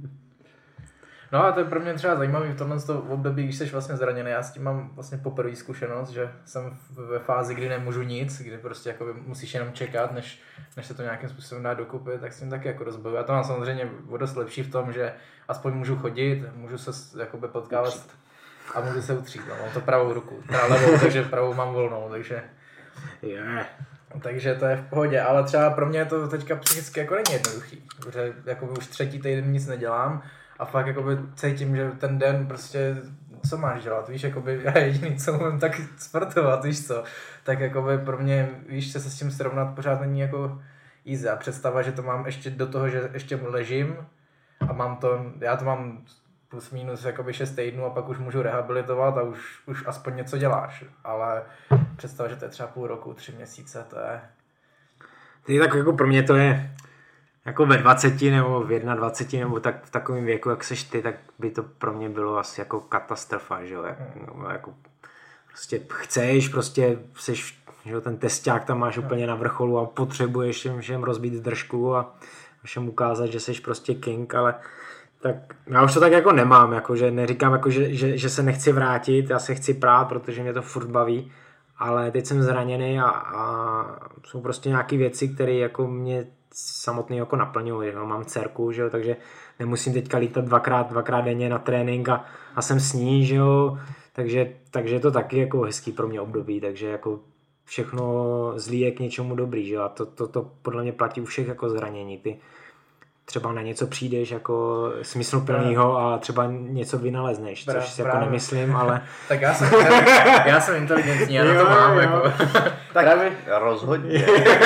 No a to je pro mě třeba zajímavý v tomhle období, když jsi vlastně zraněný. Já s tím mám vlastně poprvé zkušenost, že jsem ve fázi, kdy nemůžu nic, kdy prostě jako musíš jenom čekat, než, než se to nějakým způsobem dá dokupy, tak s tím taky jako rozbavuji. Já to mám samozřejmě dost lepší v tom, že aspoň můžu chodit, můžu se jakoby potkávat utřít. A můžu se utřít. No, mám to pravou ruku, teda levou, takže pravou mám volnou, takže... Yeah. Takže to je v pohodě, ale třeba pro mě to teďka psychicky jako není jednoduchý, protože jako už třetí týden nic nedělám. A fakt jakoby cítím, že ten den prostě, co máš dělat, víš, jakoby já jediný, co můžu tak sportovat, víš co, tak jakoby pro mě, víš, se s tím srovnat pořád není jako easy a představa, že to mám ještě do toho, že ještě ležím a mám to, já to mám plus minus jakoby šest týdnů a pak už můžu rehabilitovat a už, už aspoň něco děláš. Ale představ, že to je třeba půl roku, tři měsíce, to je... Ty, tak jako pro mě to je jako ve dvaceti nebo v dvaceti jedna nebo tak v takovém věku, jak seš ty, tak by to pro mě bylo asi jako katastrofa, že jo, jak, no, jako prostě chceš, prostě seš, že jo, ten testák tam máš úplně na vrcholu a potřebuješ všem, všem rozbít držku a všem ukázat, že seš prostě king, ale tak já už to tak jako nemám, jako, že neříkám, jako, že, že, že se nechci vrátit, já se chci prát, protože mě to furt baví, ale teď jsem zraněný a, a jsou prostě nějaké věci, které jako mě samotný jako naplňují, no, mám dcerku, že jo, takže nemusím teďka lítat dvakrát, dvakrát denně na trénink a, a jsem s ní, že jo, takže, takže je to taky jako hezký pro mě období, takže jako všechno zlý je k něčemu dobrý, že jo, a to, to, to podle mě platí u všech jako zranění, ty třeba na něco přijdeš jako smysluplnýho a třeba něco vynalezneš, což si jako nemyslím, ale... Tak já jsem, já jsem inteligentní, já na to mám, jo. Jako... Tak právě rozhodně.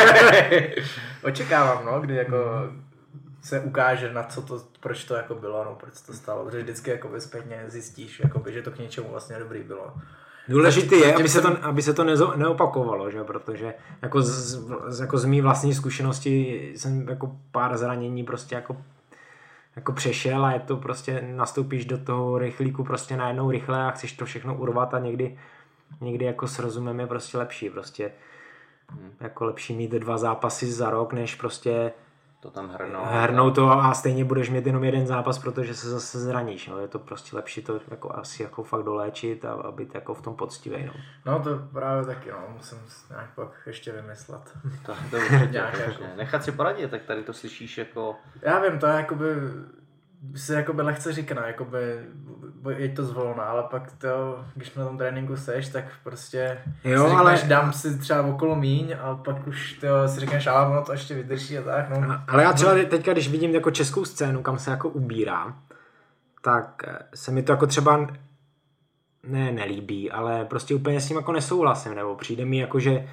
Očekávám, no, kdy jako se ukáže, na co to, proč to jako bylo, no, proč to stalo, protože vždycky jako zpětně zjistíš, jakoby, že to k něčemu vlastně dobrý bylo. Důležité je, aby se to, aby se to nezo, neopakovalo, že? Protože jako z, z, jako z mý vlastní zkušenosti jsem jako pár zranění prostě jako, jako přešel a je to prostě nastoupíš do toho rychlíku prostě najednou rychle a chceš to všechno urvat a někdy, někdy jako s rozumem je prostě lepší, prostě hmm. jako lepší mít dva zápasy za rok, než prostě to tam hrnou. Hrnou to a stejně budeš mít jenom jeden zápas, protože se zase zraníš. No. Je to prostě lepší to jako asi jako fakt doléčit a, a být jako v tom poctivej. No. no to právě taky, no. Musím nějak pak ještě vymyslet. To, to určitě, jako... Nechat si poradit, tak tady to slyšíš jako... Já vím, to je jakoby... si jakoby lehce říkne, jakoby jeď to zvolna, ale pak to, když na tom tréninku seš, tak prostě jo, si říkáš, ale... dám si třeba okolo míň a pak už to si říkáš, ale ono to ještě vydrží a tak. No. Ale já třeba teďka, když vidím jako českou scénu, kam se jako ubírá, tak se mi to jako třeba ne nelíbí, ale prostě úplně s tím jako nesouhlasím, nebo přijde mi jako, že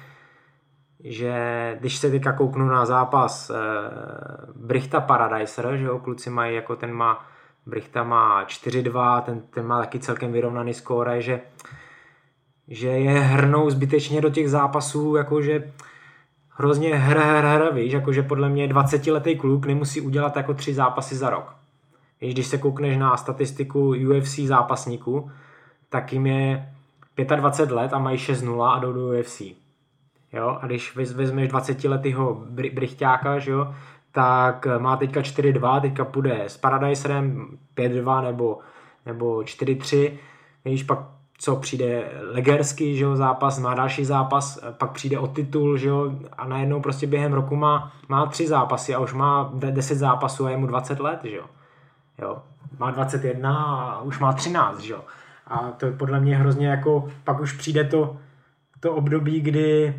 že když se teďka kouknu na zápas eh, Brichta Paradiser, že jo, kluci mají, jako ten má, Brichta má čtyři dva, ten, ten má taky celkem vyrovnaný skóre, že, že je hrnou zbytečně do těch zápasů, jakože hrozně hr, hr, hr, víš, jakože podle mě dvacetiletý kluk nemusí udělat jako tři zápasy za rok. Víš, když se koukneš na statistiku U F C zápasníků, tak jim je dvacet pět let a mají šest nula a jdou do U F C. Jo, a když vezmeš dvacetiletýho Brichťáka, že jo, tak má teďka čtyři dva, teďka půjde s Paradiserem pět dva nebo, nebo čtyři tři, víš, pak co přijde Legerský, že jo, zápas, má další zápas, pak přijde o titul, že jo, a najednou prostě během roku má, má tři zápasy a už má deset zápasů a je mu dvacet let, že jo, jo, má dvacet jedna a už má třináct, že jo, a to je podle mě hrozně jako, pak už přijde to, to období, kdy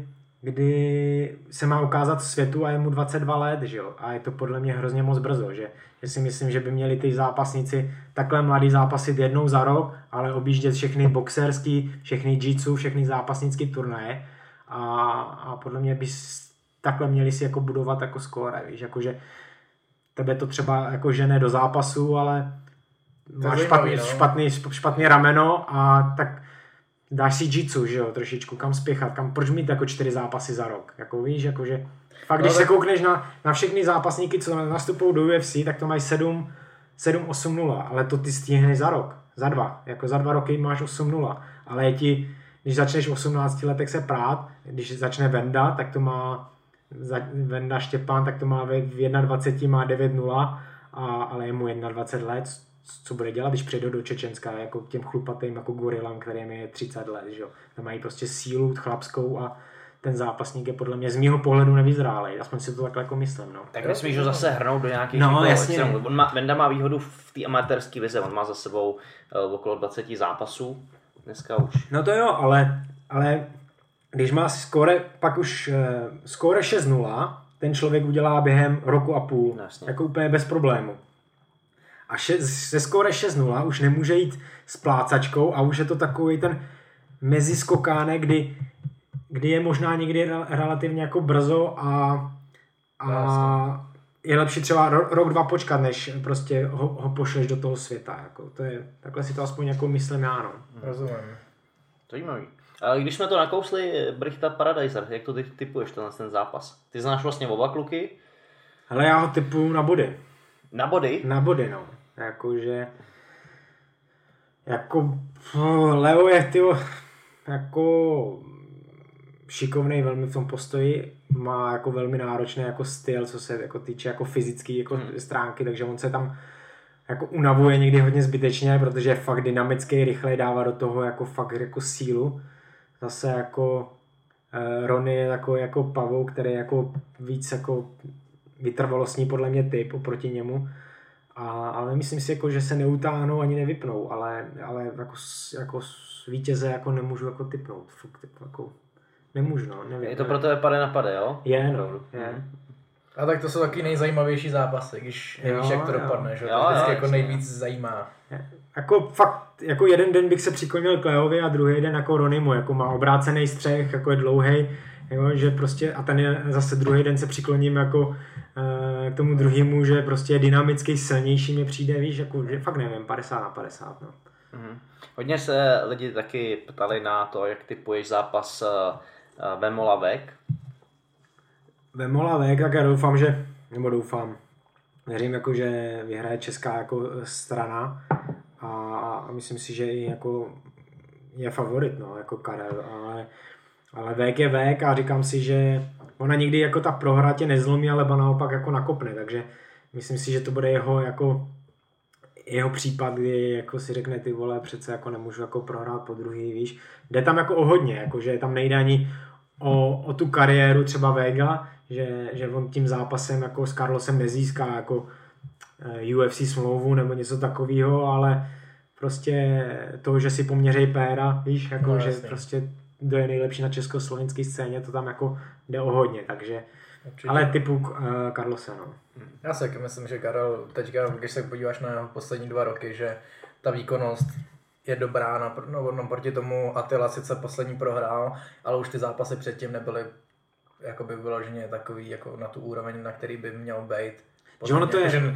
kdy se má ukázat světu a je mu dvacet dva let, že jo? A je to podle mě hrozně moc brzo, že? Že si myslím, že by měli ty zápasníci takhle mladý zápasit jednou za rok, ale objíždět všechny boxerský, všechny jitsu, všechny zápasnické turnaje a, a podle mě by takhle měli si jako budovat jako skóre, víš? Jakože tebe to třeba jako žene do zápasu, ale máš špatný, no? špatný, špatný rameno a tak dáš si jitsu, že jo, trošičku, kam spěchat, kam, proč mít jako čtyři zápasy za rok, jako víš, jakože fakt, když no, tak... se koukneš na, na všechny zápasníky, co nastupují do U F C, tak to mají sedm osm nula, ale to ty stihneš za rok, za dva, jako za dva roky máš osm nula, ale je ti, když začneš v osmnácti letech se prát, když začne Venda, tak to má, Venda Štěpán, tak to má v dvaceti jedna má devět nula, a, ale je mu dvacet jedna let, co bude dělat, když přijde do Čečenska, jako k těm chlupatým jako gorilám, kterým je třicet let, že jo. Tam mají prostě sílu chlapskou a ten zápasník je podle mě z mého pohledu nevyzrálej, aspoň si to takhle jako myslím, no. Tak nesmíš ho zase hrnout do nějakých... No, jasně. On má, Venda má výhodu v té amatérské vize, on má za sebou uh, okolo dvacet zápasů, dneska už. No to jo, ale, ale když má skóre, pak už uh, skóre šest nula, ten člověk udělá během roku a půl, jasně. Jako úplně bez problému. A še, se skóre šest nula už nemůže jít s plácačkou a už je to takový ten meziskokánek, kdy, kdy je možná někdy relativně jako brzo a, a je lepší třeba ro, rok, dva počkat, než prostě ho, ho pošleš do toho světa. Jako. To je, takhle si to aspoň jako myslím já, no. Rozumím. Zajímavý. A když jsme to nakousli, Brichta Paradiser, jak to ty typuješ ten, ten zápas? Ty znáš vlastně oba kluky? Hele, já ho typuju na body. Na body? Na body, no. Jakože... Jako... Leo je, tyjo, jako... šikovnej velmi v tom postoji, má jako velmi náročný jako styl, co se jako týče jako fyzické jako hmm. stránky, takže on se tam jako unavuje někdy hodně zbytečně, protože je fakt dynamický, rychle dává do toho jako fakt jako sílu. Zase jako uh, Ronny je jako, jako pavouk, který je jako víc jako vytrvalostní podle mě typ oproti němu. A, ale myslím si, jako, že se neutáhnou ani nevypnou, ale, ale jako, jako vítěze jako nemůžu jako typnout. Fakt, jako, nemůžu, no, nevím. Je to pro tebe pade na pade, jo? Je, no, je. A tak to jsou taky nejzajímavější zápasy, když nevíš, jak to dopadne, že? Jo, To vždycky jo, jako nejvíc zajímá. Jako fakt, jako jeden den bych se přiklonil k Leovi a druhý den jako Ronnymu, jako má obrácený střech, jako je dlouhej, jo, že prostě, a ten je zase druhý den se přikloním jako e, k tomu druhému, že prostě je dynamický, silnější mi přijde, víš, jako, že fakt nevím, padesát na padesát, no. Mhm. Hodně se lidi taky ptali na to, jak typuješ zápas uh, Vemola Vek. Vemola Vek, tak já doufám, že, nebo doufám, věřím, jako, že vyhraje česká jako strana a, a myslím si, že i jako je favorit, no, jako Karel, ale, ale Vek je Vek a říkám si, že ona nikdy jako ta prohra tě nezlomí, ale naopak jako nakopne, takže myslím si, že to bude jeho jako jeho případ, kdy jako si řekne, ty vole, přece jako nemůžu jako prohrát po druhý, víš. Jde tam jako o hodně, jako, že tam nejde ani o, o tu kariéru třeba Vega, že, že on tím zápasem jako s Carlosem nezíská jako U F C smlouvu nebo něco takového, ale prostě to, že si poměřejí péra, víš, jako, no, že jasný. Prostě kdo je nejlepší na československé scéně, to tam jako jde o hodně, takže určitě. Ale typu uh, Carlose, no. Já si myslím, že Karel teďka, když se podíváš na poslední dva roky, že ta výkonnost je dobrá, na, no, no, proti tomu Attila sice poslední prohrál, ale už ty zápasy předtím nebyly jakoby vyloženě takový jako na tu úroveň, na který by měl být. Že ono to je... Že,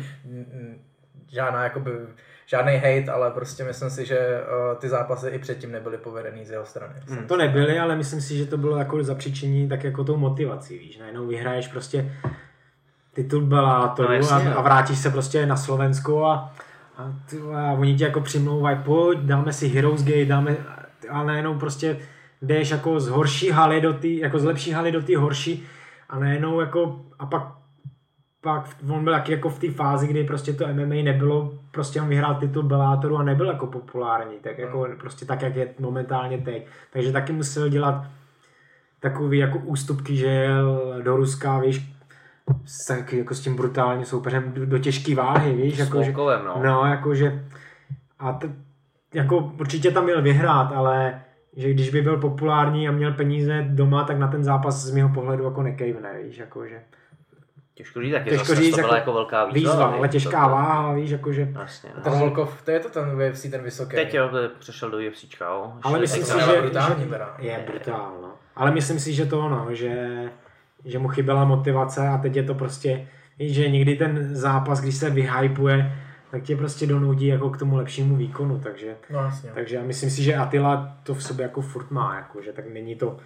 žádná, jakoby, žádnej hate, ale prostě myslím si, že uh, ty zápasy i předtím nebyly povedený z jeho strany. Hmm. To nebyly, ale myslím si, že to bylo jako zapříčení tak jako tou motivací, víš. Najednou vyhraješ prostě titul Bellator no, a, a vrátíš se prostě na Slovensko a, a, a oni tě jako přimlouvají, pojď, dáme si Heroes Gate, dáme, ale najednou prostě jdeš jako z horší haly do té, jako z lepší haly do té horší a najednou jako, a pak pak on byl taky jako v té fázi, kdy prostě to M M A nebylo, prostě on vyhrál titul Bellatoru a nebyl jako populární, tak jako mm. prostě tak, jak je momentálně teď. Takže taky musel dělat takový jako ústupky, že jel do Ruska, víš, s, jako s tím brutálním soupeřem do, do těžké váhy, víš. Jako, že, no. no, jakože a t, jako určitě tam měl vyhrát, ale že když by byl populární a měl peníze doma, tak na ten zápas z mého pohledu jako nekejvne, víš, jakože těžko říct, tak je zase to byla jako, jako velká výzva. Výzva, ale těžká to, váha, víš, jakože... Vlastně, no. Ten Volkov, to je to ten U F C, ten vysoký. Teď jo, přešel do UFCčka, jo. Ale myslím si, že... Brutální, je, je brutál, no. Ale myslím si, že to ono, že, že mu chyběla motivace a teď je to prostě... Víš, že někdy ten zápas, když se vyhypuje, tak tě prostě donudí jako k tomu lepšímu výkonu, takže... No jasně. Takže já myslím si, že Attila to v sobě jako furt má, jako, že tak není to...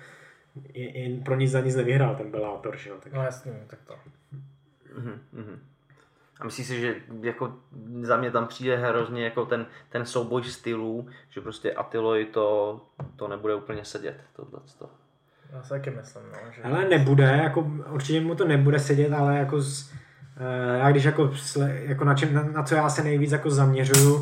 Jen pro nic za nic nevyhrál ten Bellator, že jo. Takže... No jasně, tak to... Mm-hmm. A myslíš si, že jako za mě tam přijde hrozně jako ten, ten souboj stylů, že prostě Attilovi to, to nebude úplně sedět, tohleto. Já si taky myslím, no. Že... Ale nebude, jako určitě mu to nebude sedět, ale jako z, já když jako, jako na, čem, na, na co já se nejvíc jako zaměřuju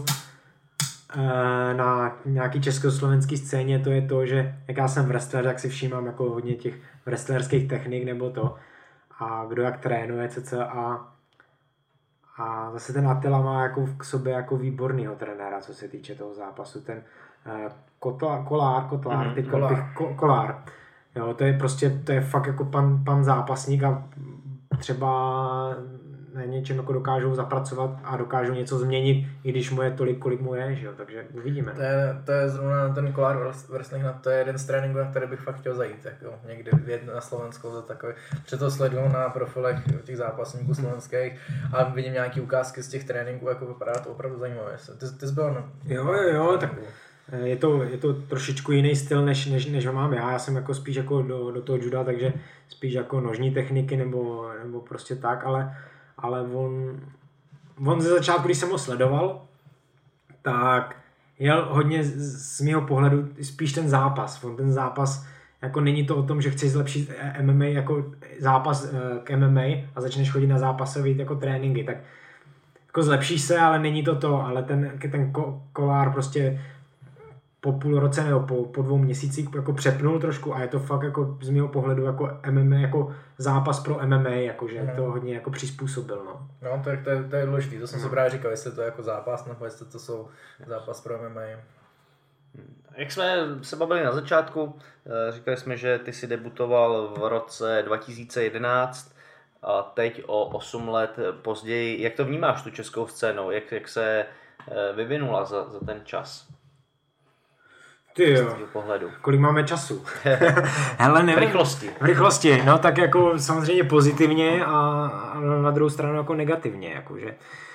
na nějaký československý scéně, to je to, že jak já jsem wrestler, tak si všímám jako hodně těch wrestlerských technik nebo to, a kdo jak trénuje cca a zase ten Attila má jako k sobě jako výbornýho trenéra, co se týče toho zápasu, ten uh, Kotla, Kolár, Kotlár, mm-hmm, teď kolár. Ko, kolár. Jo, to je prostě, to je fakt jako pan, pan zápasník a třeba na něčem jako dokážou zapracovat a dokážou něco změnit, i když mu je tolik, kolik mu je, že jo, takže uvidíme. To je, to je zrovna ten Kolar Wrestling, to je jeden z tréninků, na který bych fakt chtěl zajít, jako někdy na Slovensku za takový. Protože to sleduju na profilech těch zápasníků slovenských a vidím nějaký ukázky z těch tréninků, jako vypadá to opravdu zajímavé. Ty, ty jsi byl na... Jo, jo, jo, tak je to, je to trošičku jiný styl, než, než, než mám já. Já jsem jako spíš jako do, do toho juda, takže spíš jako nožní techniky nebo, nebo prostě tak, ale, ale on, on ze začátku, když jsem ho sledoval, tak jel hodně z, z mého pohledu spíš ten zápas. On ten zápas, jako není to o tom, že chceš zlepšit M M A jako zápas k M M A a začneš chodit na zápasový jako tréninky, tak jako zlepšíš se, ale není to to, ale ten, ten Kolár prostě po půl roce nebo po, po dvou měsících jako přepnul trošku a je to fakt jako z mého pohledu jako M M A, jako zápas pro M M A, jakože mm. to hodně jako přizpůsobil, no. No, to je, to je, to je důležitý, to jsem no. si právě říkal, jestli to je jako zápas, nebo jestli to jsou zápas pro M M A. Jak jsme se bavili na začátku, říkali jsme, že ty si debutoval v roce dva tisíce jedenáct a teď o osm let později. Jak to vnímáš, tu českou scénu? Jak, jak se vyvinula za, za ten čas? Ty jo, pohledu. Kolik máme času? Hele, nevím. V rychlosti. V rychlosti, no tak jako samozřejmě pozitivně a, a na druhou stranu jako negativně, jakože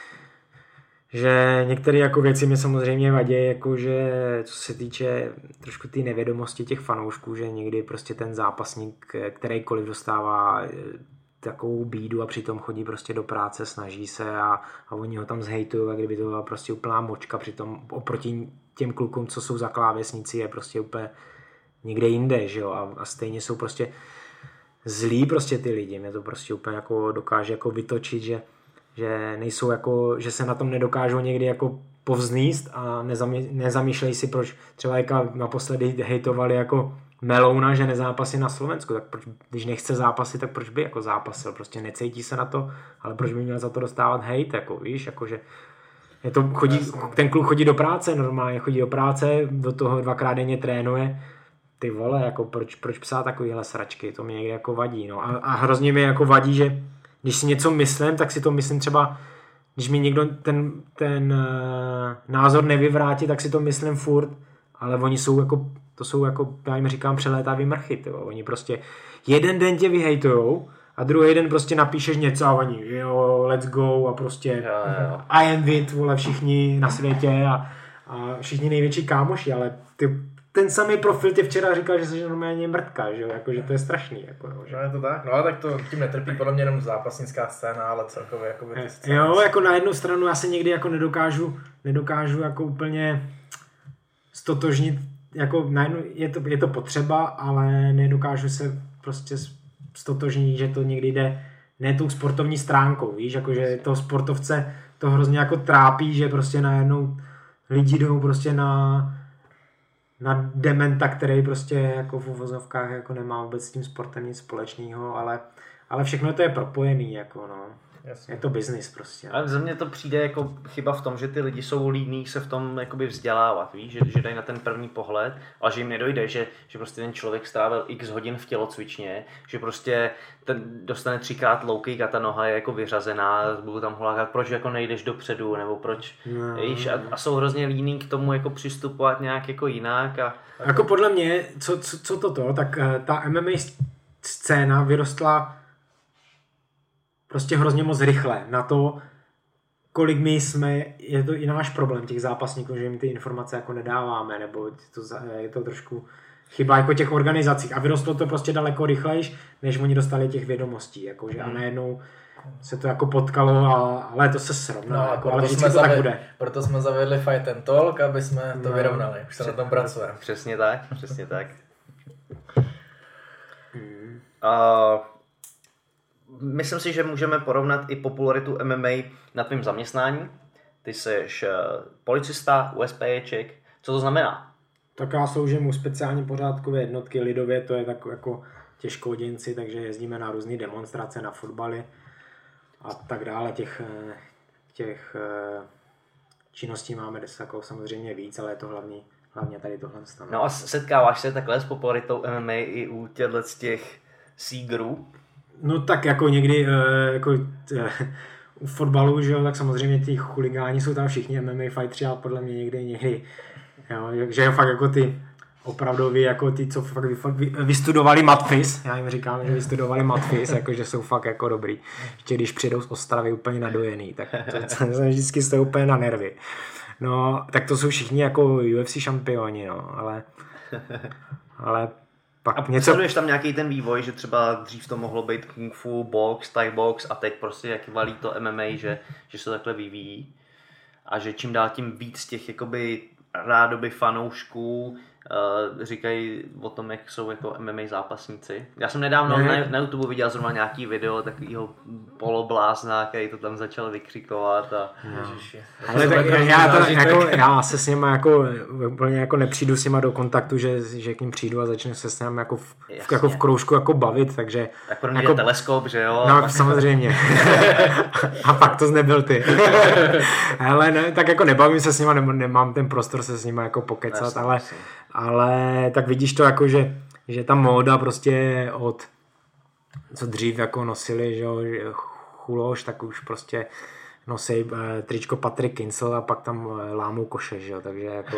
že některé jako věci mi samozřejmě vadí, jakože co se týče trošku té nevědomosti těch fanoušků, že někdy prostě ten zápasník kterýkoliv dostává takovou bídu a přitom chodí prostě do práce, snaží se a, a oni ho tam zhejtují, a kdyby to byla prostě úplná močka, přitom oproti těm klukům, co jsou za klávesnici, je prostě úplně někde jinde, že jo, a, a stejně jsou prostě zlí prostě ty lidi, mě to prostě úplně jako dokáže jako vytočit, že, že nejsou jako, že se na tom nedokážou někdy jako povzníst a nezamý, nezamýšlej si, proč třeba jako naposledy hejtovali jako Melouna, že nezápasí na Slovensku, tak proč, když nechce zápasy, tak proč by jako zápasil, prostě necítí se na to, ale proč by měl za to dostávat hejt, jako víš, jakože je to, chodí, ten kluk chodí do práce normálně, chodí do práce, do toho dvakrát denně trénuje, ty vole, jako proč, proč psát takovýhle sračky, to mě někdy jako vadí, no a, a hrozně mi jako vadí, že když si něco myslím, tak si to myslím třeba, když mi někdo ten, ten uh, názor nevyvrátí, tak si to myslím furt, ale oni jsou jako, to jsou jako, já jim říkám, přelétavý mrchy, tyjo. Oni prostě jeden den tě vyhejtujou a druhý den prostě napíšeš něco a oni, jo, let's go a prostě jo, jo. I am with, vole, všichni na světě a, a všichni největší kámoši, ale ty, ten samý profil tě včera říkal, že jsi normálně mrtka, že jo, jakože to je strašný, jako jo, že? No je to tak, no ale tak to tím netrpí podle mě jenom zápasnická scéna, ale celkově jako by ty scény. Jo, jako na jednu stranu já se někdy jako nedokážu, nedokážu jako úplně stotožnit, jako na jednu, je to, je to potřeba, ale nedokážu se prostě stotožnit, že to někdy jde ne tou sportovní stránkou, víš, jakože toho sportovce to hrozně jako trápí, že prostě najednou lidi jdou prostě na na dementa, který prostě jako v uvozovkách jako nemá vůbec s tím sportem nic společného, ale, ale všechno to je propojený, jako no. Jasně. Je to business prostě. Ale za mě to přijde jako chyba v tom, že ty lidi jsou líní se v tom jakoby vzdělávat, víš, že, že dají na ten první pohled, ale že jim nedojde, že, že prostě ten člověk strávil x hodin v tělocvičně, že prostě ten dostane třikrát low kick a ta noha je jako vyřazená, budu tam hulákat, proč jako nejdeš dopředu, nebo proč, no, víš, a, a jsou hrozně líní k tomu jako přistupovat nějak jako jinak. A, a jako podle mě, co, co, co toto, tak ta M M A scéna vyrostla prostě hrozně moc rychle na to, kolik my jsme, je to i náš problém těch zápasníků, že jim ty informace jako nedáváme, nebo je to, je to trošku chyba jako těch organizacích a vyrostlo to prostě daleko rychlejš, než oni dostali těch vědomostí, jakože a najednou se to jako potkalo, a, ale to se srovná, no, jako, ale vždycky to zaved, tak bude. Proto jsme zavedli Fight and Talk, aby jsme to no, vyrovnali, už se na tom pracujeme. Přesně tak, přesně tak. Hmm. Uh, Myslím si, že můžeme porovnat i popularitu M M A na tvým zaměstnání. Ty jsi policista, USPček. Co to znamená? Tak já sloužím u speciální pořádkové jednotky, lidově to je tak jako těžkoděnci, takže jezdíme na různé demonstrace, na fotbaly a tak dále. Těch, těch činností máme jako samozřejmě víc, ale je to hlavní, hlavně tady tohle stane. No a setkáváš se takhle s popularitou M M A i u těchto těch sígrů? No tak jako někdy, jako u fotbalu, že jo, tak samozřejmě ti chuligáni jsou tam všichni M M A fightři, ale podle mě někdy, někdy, jo, že fakt jako ty opravdoví, jako ty, co fakt vy, vy, vystudovali matfis, já jim říkám, že vystudovali matfis, jako že jsou fakt jako dobrý. Ještě když přijdou z Ostravy úplně nadojený, tak to, to jsem vždycky stojí úplně na nervy. No, tak to jsou všichni jako U F C šampioni, no, ale, ale pak a něco... sleduješ tam nějaký ten vývoj, že třeba dřív to mohlo být kung fu, box, thai box a teď prostě jak valí to M M A, že, že se takhle vyvíjí a že čím dál tím víc těch jakoby rádoby fanoušků Uh, říkají o tom, jak jsou jako M M A zápasníci. Já jsem nedávno na, na YouTube viděl zrovna nějaký video takovýho poloblázna, který to tam začal vykřikovat a... Ježiši. Ale tak já, to, jako, já se s nima jako úplně jako nepřijdu s nima do kontaktu, že, že k ním přijdu a začnu se s nimi jako v, jako v kroužku jako bavit, takže... Tak pro mě jako, je teleskop, že jo? No samozřejmě. A pak to nebyl ty. Ale ne, tak jako nebavím se s nima, ne, nemám ten prostor se s nima jako pokecat, jasně, ale... Jasně. Ale tak vidíš to jako, že, že ta móda prostě od, co dřív jako nosili, že jo, chuloš, tak už prostě nosí eh, tričko Patrick Kinsel a pak tam eh, lámou koše, že jo, takže jako,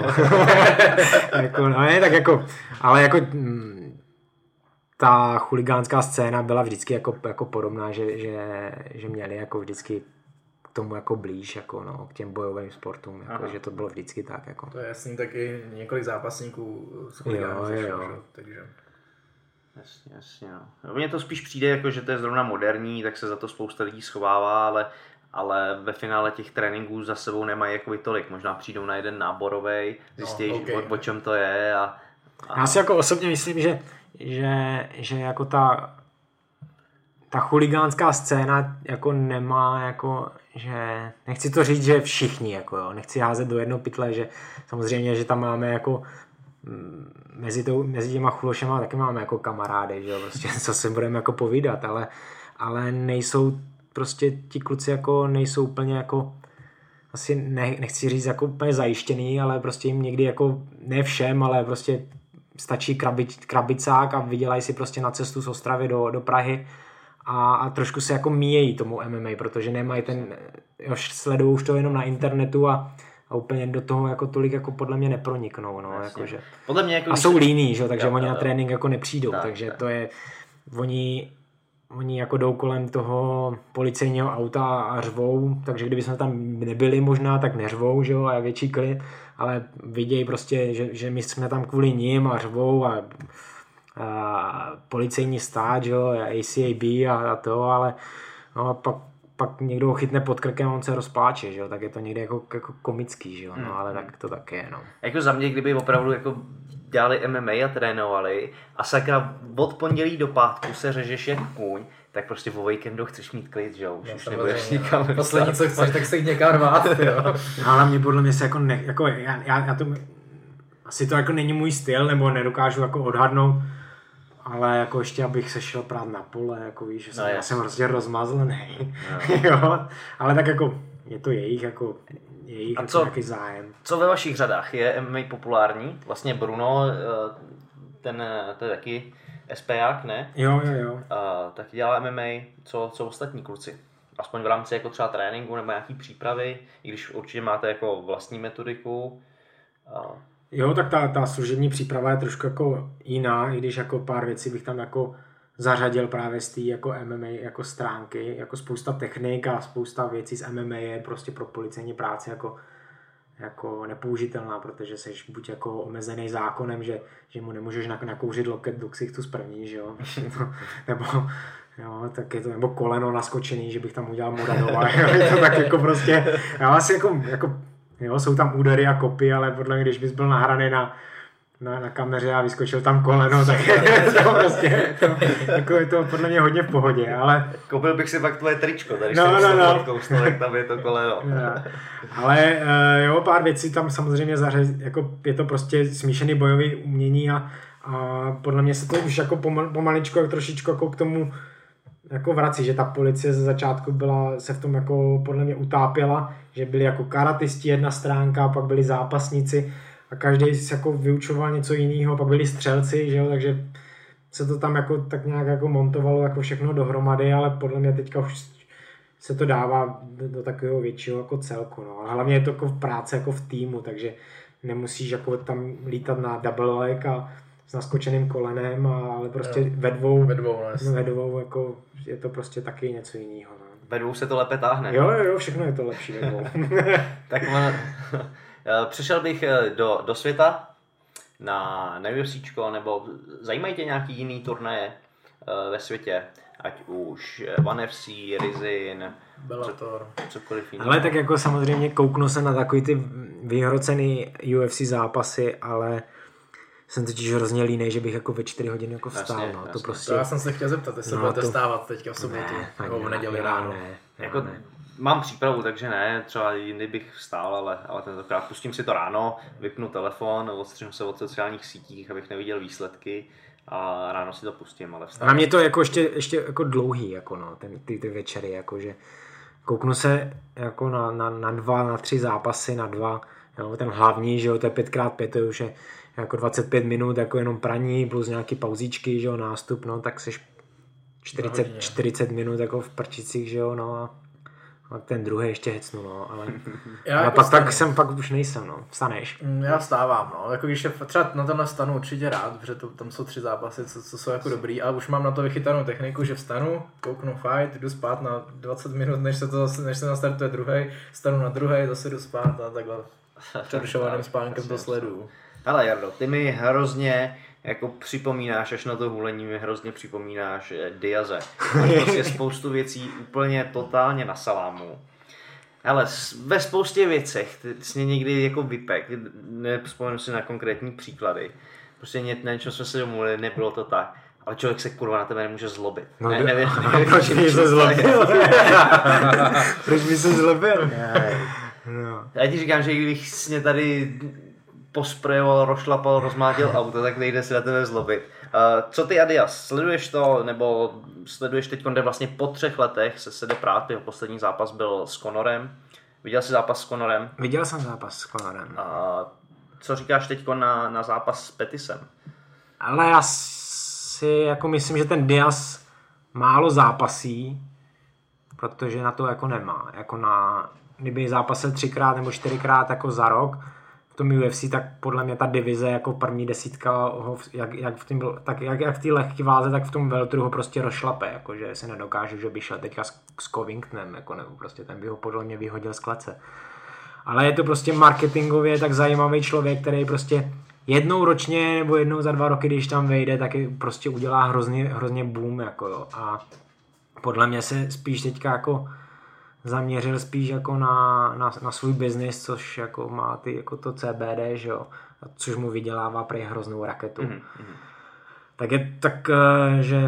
jako no ne, tak jako, ale jako m, ta chuligánská scéna byla vždycky jako, jako podobná, že, že, že měli jako vždycky tomu jako blíž, jako no, k těm bojovým sportům, jako, že to bylo vždycky tak. Jako. To je jasný, taky několik zápasníků z chuligánů zašlo, takže... Jasně, jasně. No. Mně to spíš přijde, jako, že to je zrovna moderní, tak se za to spousta lidí schovává, ale, ale ve finále těch tréninků za sebou nemají jakoby tolik. Možná přijdou na jeden náborovej, zjistí, no, okay. o, o čem to je. A, a... Já si jako osobně myslím, že, že, že jako ta, ta chuligánská scéna jako nemá jako že nechci to říct, že všichni, jako jo, nechci házet do jednoho pytle, že samozřejmě, že tam máme jako mezi, tou, mezi těma chulošema taky máme jako kamarády, že jo, prostě, co si budeme jako povídat, ale, ale nejsou prostě ti kluci jako nejsou úplně jako asi ne, nechci říct jako úplně zajištěný, ale prostě jim někdy jako ne všem, ale prostě stačí krabič, krabicák a vydělají si prostě na cestu z Ostravy do, do Prahy a, a trošku se jako míjejí tomu M M A, protože nemají ten, už sledují už to jenom na internetu a, a úplně do toho jako tolik jako podle mě neproniknou, no, jakože. Podle mě jako a jsou líní, že, takže jo, oni jo, na trénink jako nepřijdou, tak, takže tak. to je, oni, oni jako jdou kolem toho policejního auta a řvou, takže kdyby jsme tam nebyli možná, tak neřvou, že jo, a je větší klid, ale vidějí prostě, že, že my jsme tam kvůli nim a řvou a a policejní stát, jo, A C A B a, a to, ale no a pak, pak někdo ho chytne pod krkem a on se rozpláče, že jo, tak je to někde jako, jako komický, že jo, no, ale tak to tak je, no. Jako za mě, kdyby opravdu jako dělali M M A a trénovali a sakra od pondělí do pátku se řežeš jak kůň, tak prostě po víkendu chceš mít klid, že jo, už, no, už nebudeš nikam. Poslední, co chceš, tak se jít někam rvát, jo. Ale mě podle mě se jako, ne, jako já, já, já to, asi to jako není můj styl, nebo nedokážu jako odhadnout, ale jako ještě abych se šel prát na pole, jako víš, že jsem, no, já jsem prostě rozmazlený, no. Jo, ale tak jako je to jejich jako jejich jako nějaký zájem. Co ve vašich řadách je M M A populární? Vlastně Bruno, ten, to je taky SPák, ne? Jo, jo, jo. A, tak dělá M M A, co, co ostatní kluci? Aspoň v rámci jako třeba tréninku nebo nějaký přípravy, i když určitě máte jako vlastní metodiku. A... Jo, tak ta, ta služební příprava je trošku jako jiná, i když jako pár věcí bych tam jako zařadil právě z té jako M M A jako stránky, jako spousta technik a spousta věcí z M M A je prostě pro policejní práci jako, jako nepoužitelná, protože jsi buď jako omezený zákonem, že, že mu nemůžeš nakouřit loket do ksichtu z první, že jo, nebo jo, tak je to, nebo koleno naskočený, že bych tam udělal Muradova, je to tak jako prostě, já asi jako, jako jo, jsou tam údery a kopy, ale podle mě, když bys byl nahraný na, na, na kameře a vyskočil tam koleno, tak je to prostě, to, jako je to podle mě hodně v pohodě, ale... Koupil bych si pak tvoje tričko, tady no, no, no. Kousnu, tak tam je to koleno. No. Ale jo, pár věcí tam samozřejmě zařez, jako je to prostě smíšený bojový umění a, a podle mě se to už jako pomal, pomaličko trošičku jako k tomu jako vrací, že ta policie ze začátku byla, se v tom jako podle mě utápěla, že byli jako karatisti jedna stránka, pak byli zápasníci a každý si jako vyučoval něco jiného, pak byli střelci, že jo, takže se to tam jako tak nějak jako montovalo jako všechno dohromady, ale podle mě teďka už se to dává do, do takového většího jako celku, no. Ale hlavně je to jako v práci jako v týmu, takže nemusíš jako tam lítat na double leg a s naskočeným kolenem, a, ale prostě jo. ve dvou, ve dvou, no, ve dvou jako je to prostě taky něco jiného. No. Ve dvou se to lépe táhne. Jo, jo, všechno je to lepší ve dvou. Tak přešel bych do, do světa na, na UFCčko, nebo zajímají tě nějaký jiný turnaje uh, ve světě, ať už ONE F C, Rizin, Bellator, cokoliv jiného. Ale tak jako samozřejmě kouknu se na takový ty vyhrocený U F C zápasy, ale jsem totiž hrozně línej, že bych jako ve čtyři hodiny jako vstál, jasně, no, jasně. to prostě... To já jsem se chtěl zeptat, jestli no, budete to... vstávat teďka v sobotu, ne, nebo v neděli ne, ráno. Ne, ne, jako, ne. Mám přípravu, takže ne, třeba jindy bych vstál, ale, ale tentokrát pustím si to ráno, vypnu telefon, odstřihnu se od sociálních sítích, abych neviděl výsledky a ráno si to pustím, ale vstávám. A na mě to jako ještě, ještě jako dlouhý, jako no, ten, ty, ty večery, jakože kouknu se jako na, na, na dva, na tři zápasy, na dva, jo, ten hlavní, že jo, to je pět krát pět, to je už je jako dvacet pět minut, jako jenom praní, plus nějaký pauzíčky, že jo, nástup, no, tak seš čtyřicet, čtyřicet minut jako v prčicích, že jo, no, a ten druhý ještě hecnu, no, ale, já ale jako pak, stanu. pak jsem, pak už nejsem, no, vstaneš. Já vstávám, no, jako když je třeba na tenhle stanu určitě rád, protože to, tam jsou tři zápasy, co, co jsou jako dobrý, ale už mám na to vychytanou techniku, že vstanu, kouknu fight, jdu spát na dvacet minut, než se, to, než se nastartuje druhý, vstanu na druhý, zase jdu spát a takhle přerušovaným spánkem to sleduju. Hele Jardo, ty mi hrozně jako připomínáš, až na to hulení mi hrozně připomínáš Diaze. Prostě spoustu věcí úplně totálně na salámu. Hele, ve spoustě věcech ty jsi mě někdy jako vypek, nevzpomenu si na konkrétní příklady. Prostě ně, na něčem jsme se domluvili, nebylo to tak. Ale člověk se kurva na tebe nemůže zlobit. No, ne, nevím, nevím, proč by se zlobil? Proč by se zlobil? No. Já ti říkám, že kdybych mě tady posprejoval, rozšlapal, rozmátil auto, tak nejde se na tebe zlobit. Uh, co ty Adias, sleduješ to, nebo sleduješ teď, kde vlastně po třech letech se sede prát, jeho poslední zápas byl s Conorem. Viděl jsi zápas s Conorem? Viděl jsem zápas s Conorem. Uh, co říkáš teď na, na zápas s Pettisem? Ale já si jako myslím, že ten Diaz málo zápasí, protože na to jako nemá. Jako na, kdyby zápasil třikrát nebo čtyřikrát jako za rok v tom U F C, tak podle mě ta divize jako první desítka, ho, jak, jak, v tým, tak jak, jak v té lehké váze, tak v tom welteru ho prostě rozšlape, jako, že se nedokáže, že by šel teďka s, s Covingtonem, jako, nebo prostě ten by ho podle mě vyhodil z klece. Ale je to prostě marketingově tak zajímavý člověk, který prostě jednou ročně nebo jednou za dva roky, když tam vejde, tak prostě udělá hrozně, hrozně boom, jako jo. A podle mě se spíš teďka jako zaměřil spíš jako na, na, na svůj biznis, což jako má ty, jako to C B D, že jo, což mu vydělává prej hroznou raketu. Mm-hmm. Tak je tak, že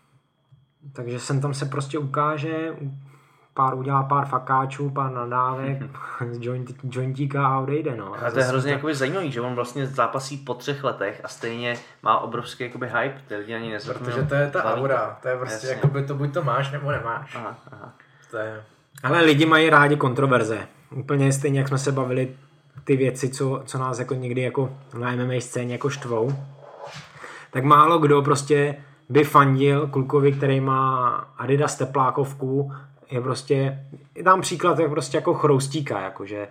takže sem tam se prostě ukáže, pár udělá pár fakáčů, pár nadávek, mm-hmm. jointíka a odejde, no. A to je hrozně jakoby zajímavý, že on vlastně zápasí po třech letech a stejně má obrovský jakoby hype, ty lidi ani nezapomínou. Protože to je ta aura, to je prostě jakoby to buď to máš, nebo nemáš. Aha, aha. To je... Ale lidi mají rádi kontroverze. Úplně stejně, jak jsme se bavili ty věci, co, co nás jako někdy jako na M M A scéně jako štvou, tak málo kdo prostě by fandil klukovi, který má Adidas teplákovku, je prostě, je tam příklad jak prostě jako Chroustíka, jako že,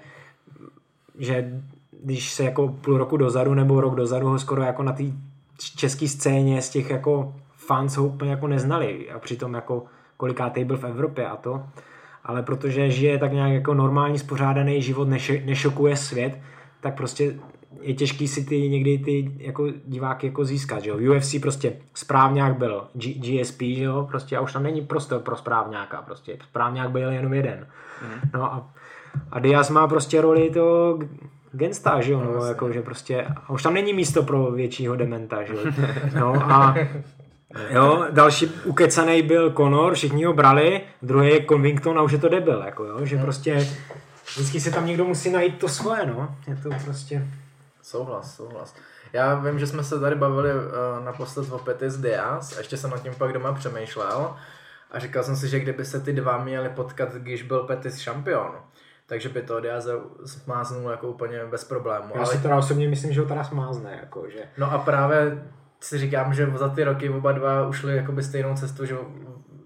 že když se jako půl roku dozadu nebo rok dozadu ho skoro jako na té české scéně z těch jako fans ho úplně jako neznali a přitom jako kolikátej byl v Evropě a to, ale protože žije tak nějak jako normální spořádaný život, neš- nešokuje svět, tak prostě je těžký si ty někdy ty jako diváky jako získat, že jo. V U F C prostě správňák byl G- G S P, že jo, prostě a už tam není prostor pro správňáka, prostě správňák byl jenom jeden. Mm. No a, a Diaz má prostě roli to Gensta, že jo, no, no jako, že prostě, a už tam není místo pro většího dementa, že jo. No a jo, další ukecanej byl Conor, všichni ho brali, druhý je Covington a už je to debil, jako jo, že prostě vždycky se tam někdo musí najít to svoje, no, je to prostě... Souhlas, souhlas. Já vím, že jsme se tady bavili uh, naposled o Pettis Diaz, a ještě jsem nad tím pak doma přemýšlel a říkal jsem si, že kdyby se ty dva měli potkat, když byl Pettis šampion, takže by to Diaz smáznul jako úplně bez problému. Já ale... si teda osobně myslím, že ho teda smázne, jako, že... No a právě si říkám, že za ty roky oba dva ušli jakoby stejnou cestu, že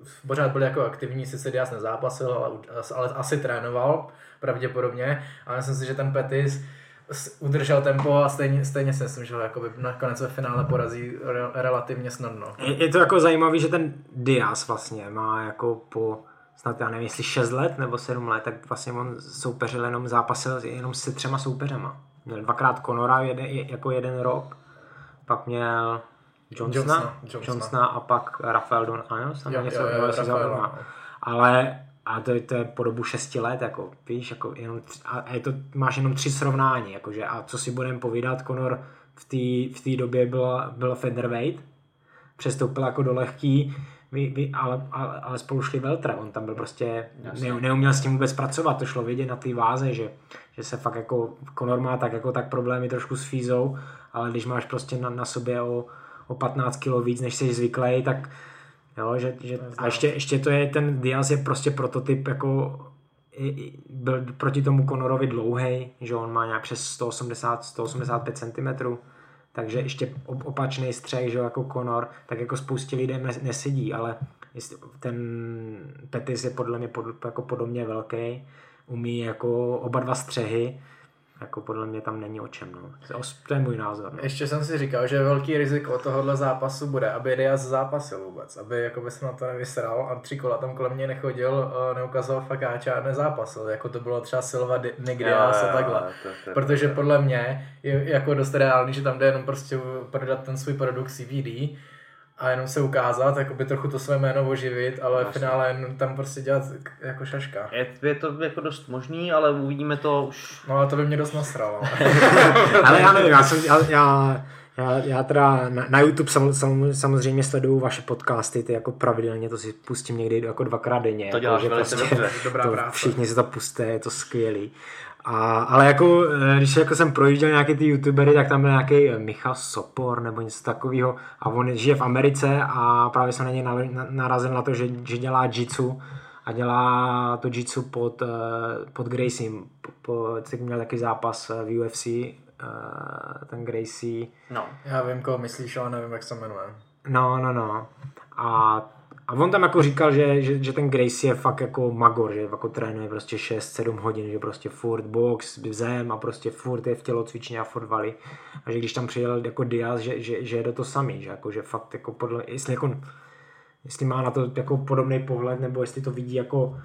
pořád byl jako aktivní, sice Diaz nezápasil, ale, ale asi trénoval pravděpodobně. A myslím si, že ten Pettis udržel tempo a stejně, stejně si myslím, že ho jakoby nakonec ve finále porazí re, relativně snadno. Je, je to jako zajímavý, že ten Diaz vlastně má jako po snad já nevím, jestli šest let nebo sedm let, tak vlastně on soupeřil jenom zápasil jenom se třema soupeřema. Měl dvakrát Conora jeden, jako jeden rok, pak měl Johnsona, Johnsona, Johnsona. Johnsona a pak Rafael Don Anjos, jo, jo, jo, Rafael, ale a to, to je po dobu šesti let, jako, víš, jako jenom tři, a je to, máš jenom tři srovnání, jakože, a co si budeme povídat, Conor v té v té době byl, byl featherweight, přestoupil jako do lehký, vy, vy, ale, ale, ale spolu šli veltra, on tam byl prostě, ne, neuměl s tím vůbec pracovat, to šlo vidět na té váze, že, že se fakt jako, Conor má tak jako tak problémy trošku s fízou, ale když máš prostě na, na sobě o, o patnáct kilo víc, než jsi zvyklý, tak jo, že, že, a ještě, ještě to je, ten Diaz je prostě prototyp, jako byl proti tomu Conorovi dlouhej, že on má nějak přes sto osmdesát až sto osmdesát pět centimetrů, takže ještě opačný střeh, že jako Conor, tak jako spoustě lidem nesedí, ale ten Pettis je podle mě pod, jako podobně velký, umí jako oba dva střehy, jako podle mě tam není o čem, no. To je můj názor. No. Ještě jsem si říkal, že velký riziko tohohle zápasu bude, aby Diaz zápasil vůbec, aby jako by se na to nevysral a tři kola tam kolem mě nechodil, neukazoval fakáče a nezápasil, jako to bylo třeba Silva, Nick Diaz a takhle. To, to, Protože podle mě je jako dost reálný, že tam jde jenom prostě prodat ten svůj produkt C V D a jenom se ukázat, jakoby trochu to své jméno oživit, ale v finále jenom tam prostě dělat jako šaška. Je, je to jako dost možný, ale uvidíme to už. No a to by mě dost nasralo. Ale já nevím, já, jsem, já, já, já, já teda na, na YouTube sam, sam, samozřejmě sleduju vaše podcasty, ty jako pravidelně, to si pustím někdy jako dvakrát denně. To děláš jako, velice prostě, dobře. Dobrá práce. Všichni se to pusté, je to skvělý. A, ale jako, když jako jsem projížděl nějaký ty youtubery, tak tam byl nějaký Michal Sopor nebo něco takového a on žije v Americe a právě jsem na něj narazil na to, že, že dělá jitsu a dělá to jitsu pod, pod Graciem. Po, tak měl taky zápas v U F C, ten Gracie. No. Já vím, koho myslíš, ale nevím, jak se jmenuje. No, no, no. A A on tam jako říkal, že, že, že ten Gracie je fakt jako magor, že jako trénuje prostě šest sedm hodin, že prostě furt box, zem a prostě furt je v tělocvičně a furt valí. A že když tam přijel jako Diaz, že, že, že je to to samý, že, jako, že fakt jako podle, jestli, jako, jestli má na to jako podobný pohled, nebo jestli to vidí jako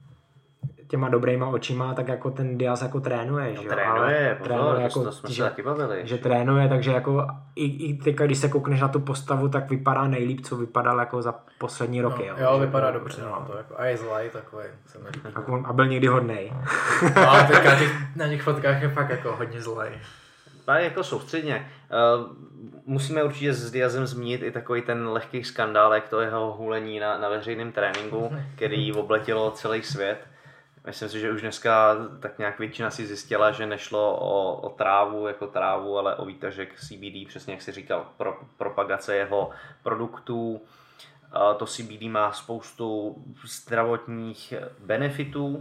těma dobrýma očima, tak jako ten Diaz jako trénuje, no, že? Trénuje, pozor, trénuje jako, to jsme že, se taky bavili. Že trénuje, takže jako i, i teďka, když se koukneš na tu postavu, tak vypadá nejlíp, co vypadal jako za poslední roky. No, jo, jo že, vypadá dobře, no, to jako, a je zlej takový, se mi líbí. A byl někdy hodnej. No, ale teďka na těch, na těch fotkách je fakt jako hodně zlej. A jako soustředně. Uh, musíme určitě s Diazem zmínit i takový ten lehký skandálek, to jeho hulení na, na veřejném tréninku, který obletilo celý svět. Myslím si, že už dneska tak nějak většina si zjistila, že nešlo o, o trávu jako trávu, ale o výtažek C B D, přesně jak si říkal, pro, propagace jeho produktů. To C B D má spoustu zdravotních benefitů.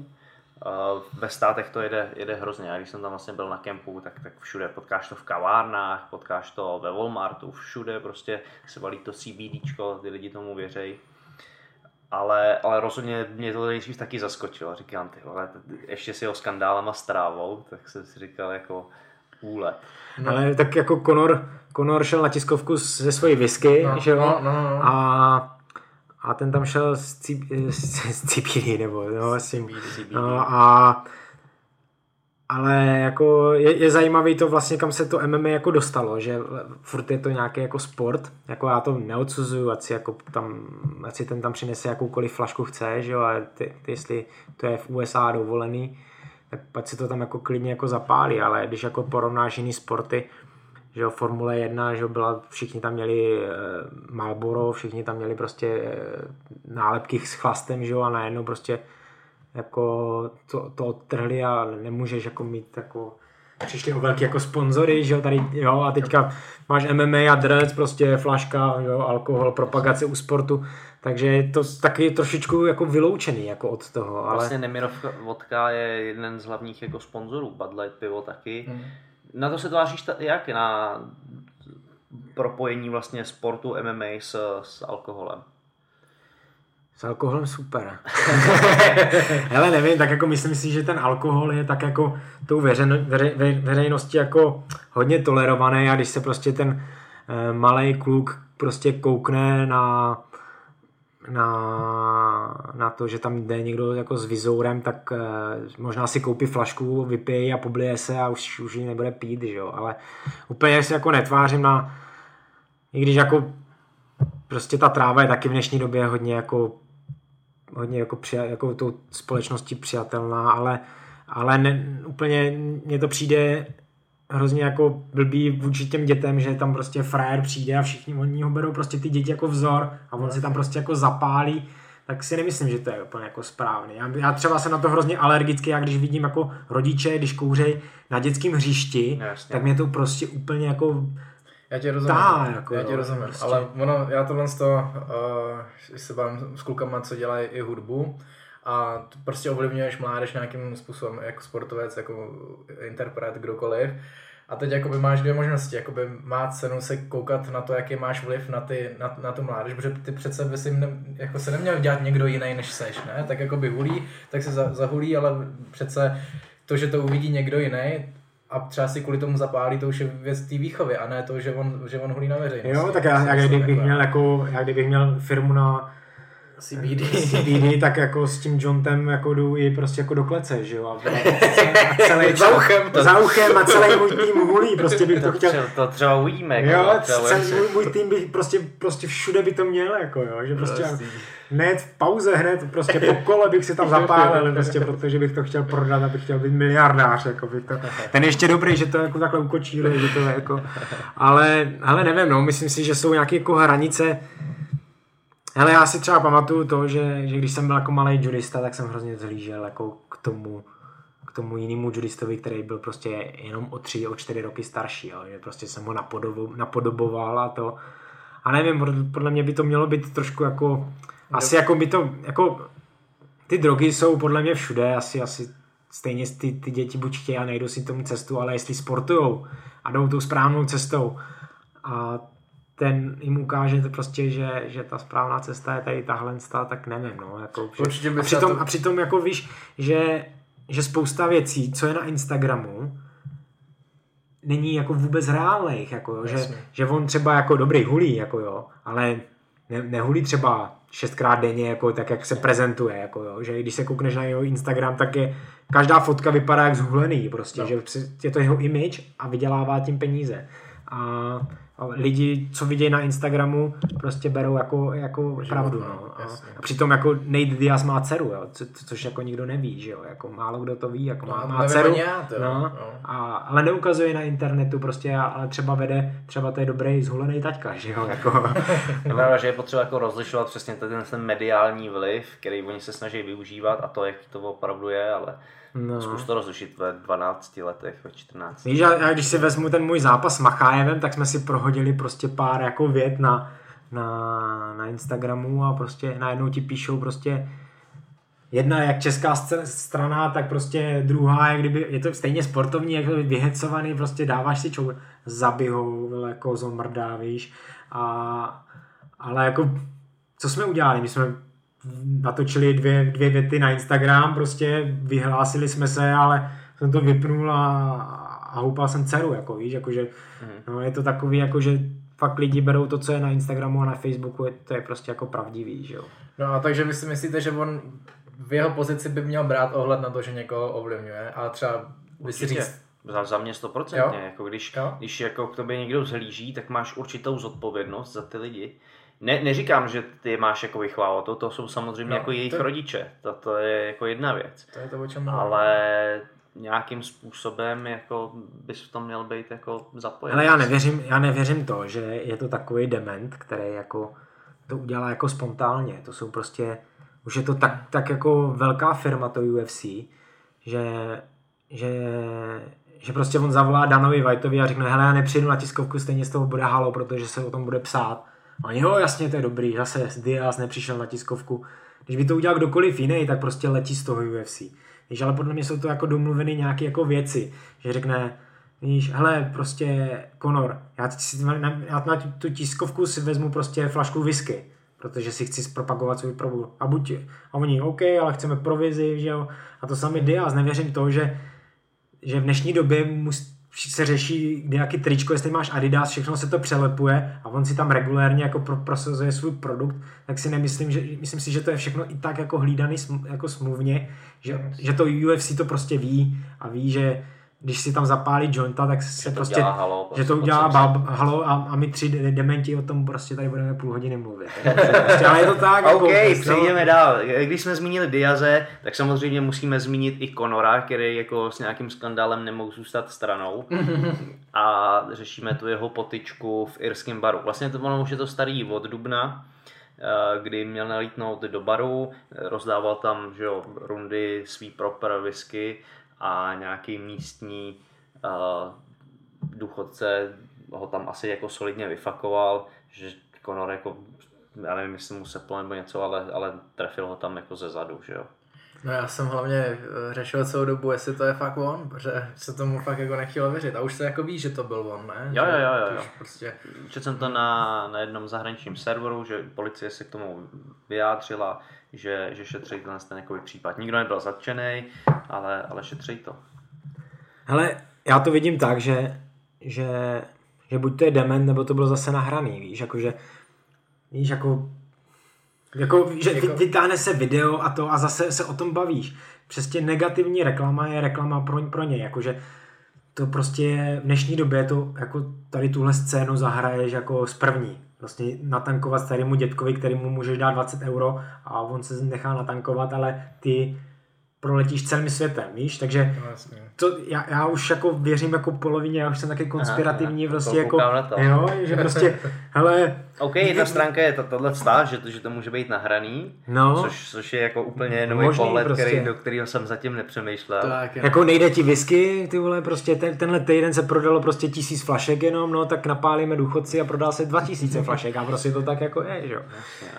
Ve státech to jede, jede hrozně. Já když jsem tam vlastně byl na kempu, tak, tak všude potkáš to v kavárnách, potkáš to ve Walmartu, všude prostě se valí to CBDčko, ty lidi tomu věřejí. Ale, ale rozhodně mě to nejdřív taky zaskočilo. Říkám, ty vole, ještě si ho skandálama s trávou, tak jsem si říkal jako úlet. No. Ale tak jako Conor, Conor šel na tiskovku ze svojí whisky, no, že jo? No, no, no. A, a ten tam šel s, C, s C B D, nebo no, s tím, no, a ale jako je, je zajímavý to vlastně, kam se to M M A jako dostalo, že furt je to nějaký jako sport, jako já to neodsuzuju, ať si, jako tam, ať si ten tam přinese jakoukoliv flašku chce, že jo, a ty, ty, jestli to je v U S A dovolený, tak pak si to tam jako klidně jako zapálí, ale když jako porovnáš jiný sporty, že jo, Formule jedna, že jo, byla, všichni tam měli e, Marlboro, všichni tam měli prostě e, nálepky s chlastem, že jo, a najednou prostě jako to, to odtrhli a nemůžeš jako mít jako přišli o velký jako sponzory, že jo, tady, jo, a teďka máš M M A a drec, prostě flaška, jo, alkohol, propagace u sportu, takže je to taky trošičku jako vyloučený jako od toho, ale... Vlastně Nemirov vodka je jeden z hlavních jako sponzorů, Bud Light pivo taky. Hmm. Na to se tváříš ta, jak? Na propojení vlastně sportu M M A s, s alkoholem? S alkoholem super. Hele, nevím, tak jako myslím si, že ten alkohol je tak jako tou veřejno, veře, ve, veřejností jako hodně tolerovaný a když se prostě ten e, malej kluk prostě koukne na, na, na to, že tam jde někdo jako s vizourem, tak e, možná si koupí flašku, vypije a poblije se a už, už ji nebude pít, že jo, ale úplně si jako netvářím na, i když jako prostě ta tráva je taky v dnešní době hodně jako hodně jako, přija, jako tou společností přijatelná, ale, ale ne, úplně mně to přijde hrozně jako blbý vůči těm dětem, že tam prostě frajer přijde a všichni oni ho berou prostě ty děti jako vzor a on si tam prostě jako zapálí, tak si nemyslím, že to je úplně jako správný. Já, já třeba jsem na to hrozně alergický, já když vidím jako rodiče, když kouřej na dětském hřišti, Jasně. tak mě to prostě úplně jako Já tě rozumím, Tá, jako já jo, tě rozumím, prostě. ale ono, já tohle z toho, uh, se bavím s klukama, co dělají i hudbu a prostě ovlivňuješ mládež nějakým způsobem, jako sportovec, jako interpret, kdokoliv. A teď jakoby máš dvě možnosti, jakoby má cenu se koukat na to, jaký máš vliv na, ty, na, na tu mládež, protože ty přece by si ne, jako se neměl dělat někdo jiný než seš, ne? Tak jakoby hulí, tak se za, zahulí, ale přece to, že to uvidí někdo jiný, a třeba si kvůli tomu zapálí, to už je věc té výchovy, a ne to, že on, že on hulí na veřejnosti. Jo, tak já, já kdybych měl jako, já kdybych měl firmu na C B D, C B D, tak jako s tím jointem jako jdu i prostě jako do klece, že jo? A, a celý za uchem, to. Za uchem a celý můj tým hulí, prostě bych to chtěl. To třeba uvidíme. Jo, celý můj, můj tým bych prostě, prostě všude by to měl, jako jo, že prostě hned v pauze, hned prostě po kole bych si tam zapálil, prostě protože bych to chtěl prodat, abych chtěl být miliardář, jako bych to. Ten je ještě dobrý, že to jako takhle ukočíruje, že to je jako, ale, ale nevím, no, myslím si, že jsou nějaké jako hranice. Hele, já si třeba pamatuju to, že, že když jsem byl jako malý judista, tak jsem hrozně zhlížel jako k tomu, k tomu jinému judistovi, který byl prostě jenom o tři, o čtyři roky starší, jo, že prostě jsem ho napodobo, napodoboval a to. A nevím, podle mě by to mělo být trošku jako, asi jako by to, jako ty drogy jsou podle mě všude, asi, asi stejně ty, ty děti buď chtějí a nejdou si tomu cestu, ale jestli sportujou a jdou tou správnou cestou a ten jim ukáže to prostě, že, že ta správná cesta je tady tahle, tak nevím, no, jako, že, a, přitom, to... a přitom jako víš, že, že spousta věcí, co je na Instagramu, není jako vůbec reálných, jako jo, že, že on třeba jako dobrý hulí, jako jo, ale ne, nehulí třeba šestkrát denně, jako tak, jak se prezentuje, jako jo, že když se koukneš na jeho Instagram, tak je, každá fotka vypadá jak zhulený, prostě, no. Že je to jeho image a vydělává tím peníze. A A lidi, co vidějí na Instagramu, prostě berou jako, jako pravdu. No. A, a přitom jako Nate Diaz má dceru, jo, co, což jako nikdo neví, že jo, jako málo kdo to ví, jako má, no, má dceru, já, to, no, no. A, ale neukazuje na internetu prostě, ale třeba vede, třeba to je dobrý zhulený taťka, že jo, jako. No. No, že je potřeba jako rozlišovat přesně ten, ten mediální vliv, který oni se snaží využívat a to, jak to opravdu je, ale no. Zkus to rozlišit ve dvanácti letech, ve čtrnácti. Víš, já když si vezmu ten můj zápas s Machájevem, tak jsme si prohodili prostě pár jako vět na, na, na Instagramu a prostě najednou ti píšou prostě jedna jak česká strana, tak prostě druhá, jak kdyby, je to stejně sportovní, jak vyhecovaný, prostě dáváš si čou, zabij ho, jako zomrdá, víš, a, ale jako, co jsme udělali, my jsme natočili dvě, dvě věty na Instagram, prostě vyhlásili jsme se, ale jsem to vypnul a, a houpal jsem dceru, jako víš, jakože, mm. no je to takový, jakože fakt lidi berou to, co je na Instagramu a na Facebooku, je, to je prostě jako pravdivý, že jo. No a takže vy si myslíte, že on v jeho pozici by měl brát ohled na to, že někoho ovlivňuje a třeba by si říct... Za, za mě stoprocentně, jako když, když jako k tobě někdo zhlíží, tak máš určitou zodpovědnost za ty lidi. Ne, neříkám, že ty máš jako vychvávat, to, to jsou samozřejmě no, jako jejich to... rodiče, to, to je jako jedna věc. To je to, o čem mluvím. Ale nějakým způsobem jako bys v tom měl být jako zapojený. Ale já nevěřím, já nevěřím to, že je to takový dement, který jako to udělá jako spontánně. To jsou prostě, už je to tak, tak jako velká firma to U F C, že, že, že prostě on zavolá Danovi Whiteovi a řekne, hele, já nepřijdu na tiskovku, stejně z toho bude halo, protože se o tom bude psát. A jo, jasně, to je dobrý, zase Diaz nepřišel na tiskovku. Když by to udělal kdokoliv jiný, tak prostě letí z toho U F C. Víš, ale podle mě jsou to jako domluveny nějaké jako věci, že řekne, víš, hele, prostě Conor, já, si, já na tu tiskovku si vezmu prostě flašku whisky. protože si chci zpropagovat svůj produkt. A buď, a oni, OK, ale chceme provizi, že jo. A to samý Diaz, nevěřím to, že, že v dnešní době mus, se řeší nějaký tričko, jestli máš Adidas, všechno se to přelepuje a on si tam regulérně jako pro, prosazuje svůj produkt, tak si nemyslím, že, myslím si, že to je všechno i tak jako hlídaný sm, jako smluvně, že, že to U F C to prostě ví a ví, že když si tam zapálí jointa, tak se že prostě, halo, prostě, že to udělá bab, halo a, a my tři dementi o tom prostě tady budeme půl hodiny mluvit. Prostě, ale je to tak. OK, jako, přejdeme dál. Když jsme zmínili Diaze, tak samozřejmě musíme zmínit i Conora, který jako s nějakým skandálem nemohl zůstat stranou. A řešíme tu jeho potyčku v irském baru. Vlastně to ono už je to starý od dubna, kdy měl nalítnout do baru, rozdával tam, že jo, rundy svý proper whisky a nějaký místní uh, důchodce ho tam asi jako solidně vyfakoval, že Conor jako, já nevím, jestli mu seplo nebo něco, ale, ale trefil ho tam jako ze zadu, že jo. No já jsem hlavně řešil celou dobu, jestli to je fakt on, protože se tomu fakt jako nechtělo věřit a už se jako ví, že to byl on, ne? Jo, jo, jo, jo. jo. Prostě... Četl jsem to na, na jednom zahraničním serveru, že policie se k tomu vyjádřila, že, že šetří tenhle ten jako případ. Nikdo nebyl zatčený, ale, ale šetří to. Hele, já to vidím tak, že, že, že buď to je dement, nebo to bylo zase nahraný, víš, jakože, víš, jako, jako že jako... vytáhne se video a to a zase se o tom bavíš. Přesně negativní reklama je reklama pro, pro ně, jakože to prostě v dnešní době to jako tady tuhle scénu zahraješ jako z první. Vlastně natankovat starému dětkovi, kterému můžeš dát dvacet euro a on se nechá natankovat, ale ty proletíš celým světem, víš, takže no, to, já, já už jako věřím jako polovině, já už jsem taky konspirativní, aha, prostě jako, jako jo, že prostě, hele. OK, jedna stránka je tato stáž, že to, že to může být nahraný, no, což, což je jako úplně nový pohled, prostě. který, do kterého jsem zatím nepřemýšlel. Tak, jako nejde ti whisky, ty vole, prostě ten, tenhle týden se prodalo prostě tisíc flašek jenom, no tak napálíme důchodci a prodal se dva tisíce flašek a prostě to tak jako je, že jo.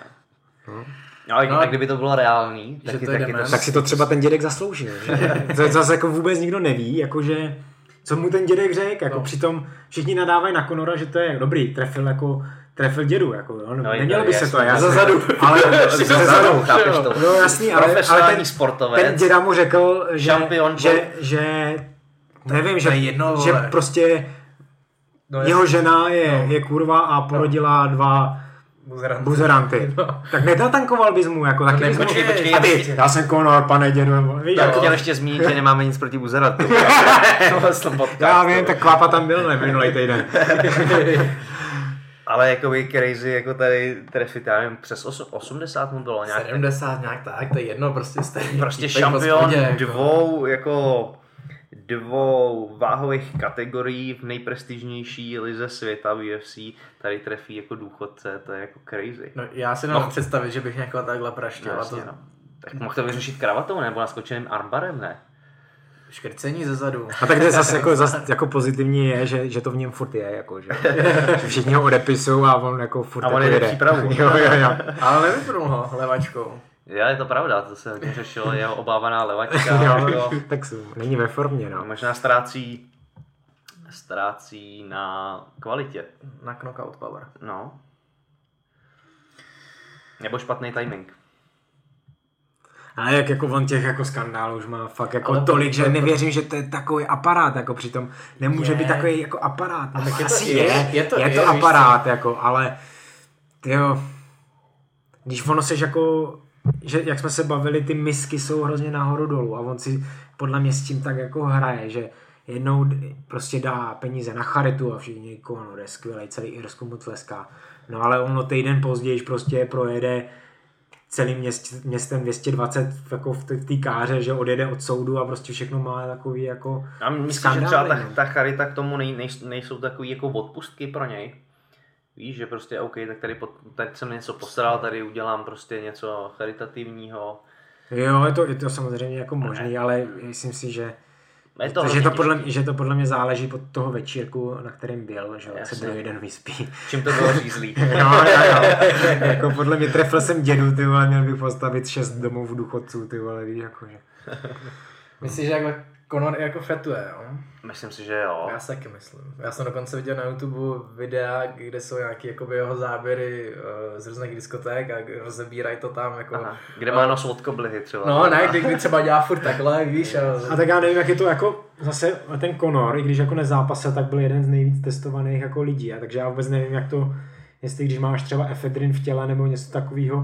No. No, no, a kdyby to bylo reálný, taky, to taky to, tak si to třeba ten dědek zasloužil. Že? To zase jako vůbec nikdo neví, jakože co mu ten dědek řekl, jako no. Přitom všichni nadávají na Conora, že to je dobrý, trefil jako trefil dědu, jako jo, no, nemělo by se to, já zezadu, ale zezadu, chápeš to. No jasný, ale, ale ten, sportovec, ten děda mu řekl, že, že, že nevím, že, jedno, že prostě no, jeho žena je, no. je kurva a porodila no. dva Buzeranty. Buzeranty. No. Tak nedatankoval bys mu, jako taky. No, počkej, počkej, a ty, já jsem Conor, pane dědu. Víš, tak chtěl ještě zmínit, že nemáme nic proti buzerantům. Já vím, tak Kvápa tam byl, ne, minulej týden. Ale jakoby crazy, jako tady trefit, já nevím, přes osmdesát mu bylo nějak. sedmdesát nějak tak, to je jedno, prostě stejný. Prostě šampion dvou, jako dvou váhových kategorií v nejprestižnější lize světa v U F C, tady trefí jako důchodce, to je jako crazy. No já si nemám no. představit, že bych někoho takhle praštil. No, to... no. Tak mohl to vyřešit kravatou nebo naskočeným armbarem, ne? Škrcení ze zadu. A tak to zase jako, zase jako pozitivní je, že, že to v něm furt je, jako, že, že všichni ho odepisují a on jako furt a on jako jde přípravu. Jo, jo, jo. Ale nevypnul ho levačkou. Já, je to pravda, to se hodně řešilo, jeho obávaná levačka. Jo, jako, tak není ve formě, no. Možná ztrácí, ztrácí na kvalitě. Na knockout power. No. Nebo špatný timing. Ale jak jako on těch jako skandálů už má fakt jako ale tolik, to, že to, nevěřím, že to je takový aparát, jako přitom nemůže je. být takový jako aparát. No, tak je asi to, je, je, je, to, je, je to aparát, jako, ale tyjo, když ono seš jako, že jak jsme se bavili, ty misky jsou hrozně nahoru dolů a on si podle mě s tím tak jako hraje, že jednou prostě dá peníze na charitu a všichni jako, no, je skvělej, celý Irsko mu tleská. No ale ono týden později prostě projede celým měst, městem dvě stě dvacet jako v té káře, že odjede od soudu a prostě všechno má takový jako a myslím, že třeba ta, ta charita k tomu nej, nej, nejsou takový jako odpustky pro něj. Víš, že prostě OK, tak tady pod, tak jsem něco postaral, tady udělám prostě něco charitativního. Jo, je to, je to samozřejmě jako možný, ne. Ale myslím si, že je to že, to podle, že to podle mě záleží od toho večírku, na kterém byl, že se byl jeden vyspí. Čím to bylo řízlý. jo, jo, jo. Jako podle mě trefil jsem dědu, ty vole, měl bych postavit šest domů v důchodců, ty vole, víš, jakože. Myslíš, že jak Conor jako fetuje, jo? Myslím si, že jo. Já si taky myslím. Já jsem dokonce viděl na YouTube videa, kde jsou nějaký jakoby jeho záběry uh, z různých diskoték a rozebírají to tam jako... Aha. Kde má nos od koblihy třeba. No ne, kdy, kdy třeba dělá furt takhle, víš. A... a tak já nevím, jak je to jako zase ten Conor, i když jako nezápasil, tak byl jeden z nejvíc testovaných jako lidí. A takže já vůbec nevím, jak to, jestli když máš třeba efedrin v těle nebo něco takového,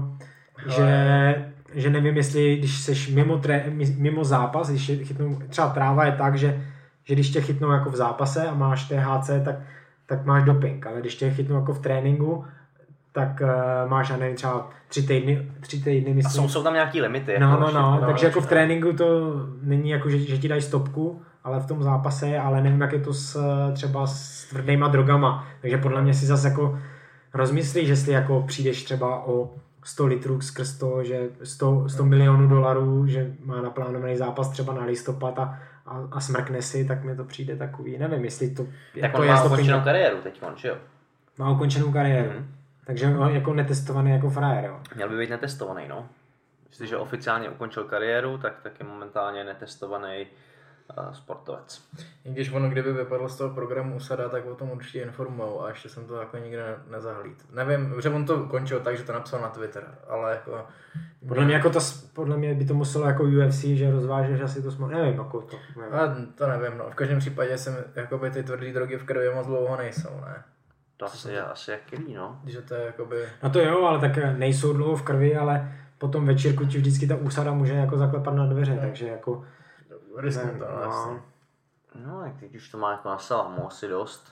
že... že nevím, jestli když seš mimo, tré, mimo zápas, když je chytnou, třeba tráva je tak, že, že když tě chytnou jako v zápase a máš T H C, tak, tak máš doping, ale když tě chytnou jako v tréninku, tak uh, máš, já nevím, třeba tři týdny, tři týdny myslím. A jsou, jsou tam nějaký limity. No, jako no, no, no, takže jako v tréninku to není jako, že, že ti dají stopku, ale v tom zápase, ale nevím, jak je to s, třeba s tvrdýma drogama, takže podle mě si zase jako rozmyslíš, jestli jako přijdeš třeba o sto litrů skrz to, že sto, sto milionů dolarů, že má naplánovaný zápas třeba na listopad a, a, a smrkne si, tak mi to přijde takový, nevím, jestli to... Tak jako on má ukončenou kariéru teď, že jo? Má ukončenou kariéru, mm. takže on jako netestovaný jako frajer, jo. Měl by být netestovaný, no. Jestliže oficiálně ukončil kariéru, tak, tak je momentálně netestovaný uh, sportovec. I když ono kdyby vypadlo z toho programu Usada, tak o tom určitě informujou a ještě jsem to jako nikdy ne- nezahlíd. Nevím, že on to končil tak, že to napsal na Twitter, ale jako... Podle mě, jako to, podle mě by to muselo jako U F C, že rozvážeš asi to smlouvu, nevím, jako to. Nevím. A to nevím, no. V každém případě jsem, jakoby ty tvrdý drogy v krvi moc dlouho nejsou, ne? To asi je asi jak jiný, no. Že to je jakoby... No to jo, ale tak nejsou dlouho v krvi, ale potom večírku ti vždycky ta úsada může jako zaklepat na dveře, no. Takže jako... Risknu to, no, jasně. No, jak teď už to má jako na salámu asi dost.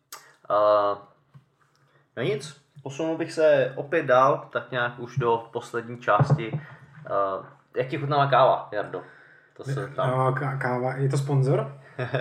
Uh, no nic, posunul bych se opět dál, tak nějak už do poslední části. Uh, jak ti chutnala káva, Jardo? To se tam... No, k- káva, je to sponzor?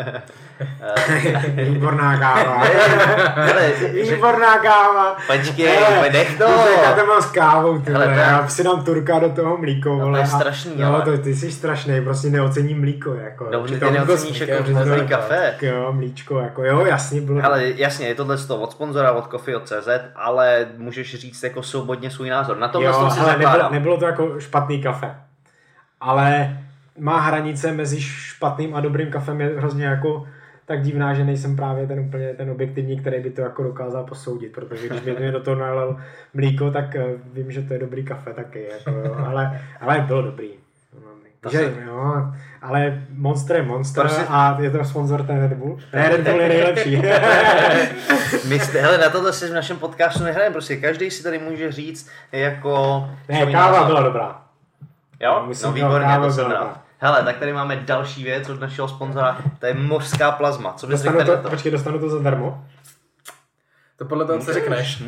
Výborná káva. Hele, Výborná káva. Počkej, nech to. To mám s kávou, ty Hele, vole. to je- Já si dám turka do toho mlíko, No, to vole. je a- strašný, No, ale- to, ty jsi strašný, prostě neocením mlíko, jako. Dobře, ty Přitom- neoceníš jako vždycky vždycky dobrý kafe. Tak jo, mlíčko, jako jo, jasně, bylo. Ale jasně, je tohle od sponzora, od coffee tečka cé zet, ale můžeš říct jako svobodně svůj názor. Na tomhle jo, tom si hele, nebylo, zakládám. nebylo to jako špatný kafe. Ale má hranice mezi špatným a dobrým kafem je hrozně jako tak divná, že nejsem právě ten úplně ten objektivní, který by to jako dokázal posoudit, protože když by mi do toho nalil mlíko, tak uh, vím, že to je dobrý kafe taky, jako, jo. Ale, ale bylo dobrý. Takže, jo, ale Monster je Monster Prostě... a je to sponzor ten Red Bull. Ne, Red Bull je nejlepší. My jste, hele, na tohle si v našem podcastu nehrajeme, prostě každý si tady může říct jako... Ne, káva názor. Byla dobrá. Jo? Musím, no výborně, jo, to jsem byla rád. dobrá. Hele, tak tady máme další věc od našeho sponzora, to je mořská plazma. Co bys Dostanu řekl to, to? počkej, dostanu to zadarmo? To podle toho, co řekneš.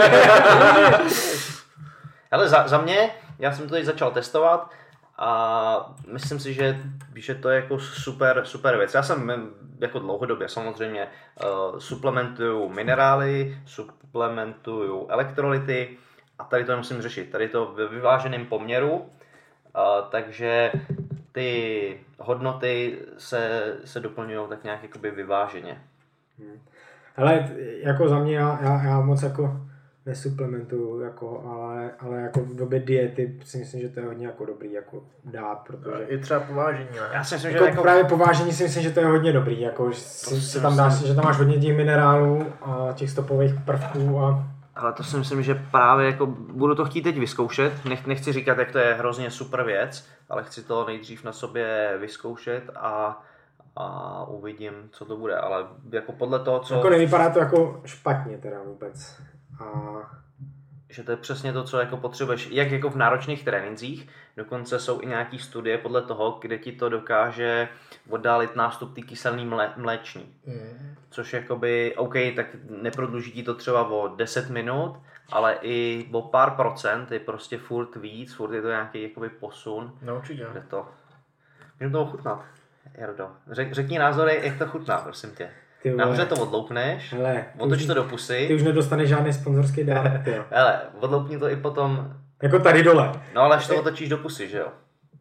Hele, za, za mě, já jsem to teď začal testovat a myslím si, že, že to je jako super, super věc. Já jsem jako dlouhodobě samozřejmě uh, suplementuju minerály, suplementuju elektrolyty a tady to nemusím řešit. Tady to ve vyváženém poměru, uh, takže ty hodnoty se, se doplňují tak nějak jakoby vyváženě. Hmm. Hele, jako za mě, já, já, já moc jako nesuplementuju, jako, ale, ale jako v době diety si myslím, že to je hodně jako dobrý jako dát, protože... I třeba povážení, ne? Já si myslím, jako že jako... právě povážení si myslím, že to je hodně dobrý, jako, že, si, si tam dáš, že tam máš hodně těch minerálů a těch stopových prvků a... Ale to si myslím, že právě jako budu to chtít teď vyzkoušet, Nech, nechci říkat, jak to je hrozně super věc, ale chci to nejdřív na sobě vyzkoušet a, a uvidím, co to bude, ale jako podle toho, co... Jako nevypadá to jako špatně teda vůbec. A... Že to je přesně to, co jako potřebuješ, jak jako v náročných trénincích, dokonce jsou i nějaký studie podle toho, kde ti to dokáže oddálit nástup té kyselné mle, mléční. Mm. Což jakoby, OK, tak neprodluží ti to třeba o deset minut, ale i o pár procent je prostě furt víc, furt je to nějaký jakoby posun. No určitě. Kde to... Můžeme to ochutnat, Jardo. Řek, řekni názory, jak to chutná, prosím tě. Nahoře to odloupneš, hele, otoč to do pusy. Ty už nedostaneš žádný sponzorský dár. Hele, odloupni to i potom. Jako tady dole. No ale až to otočíš do pusy, že jo?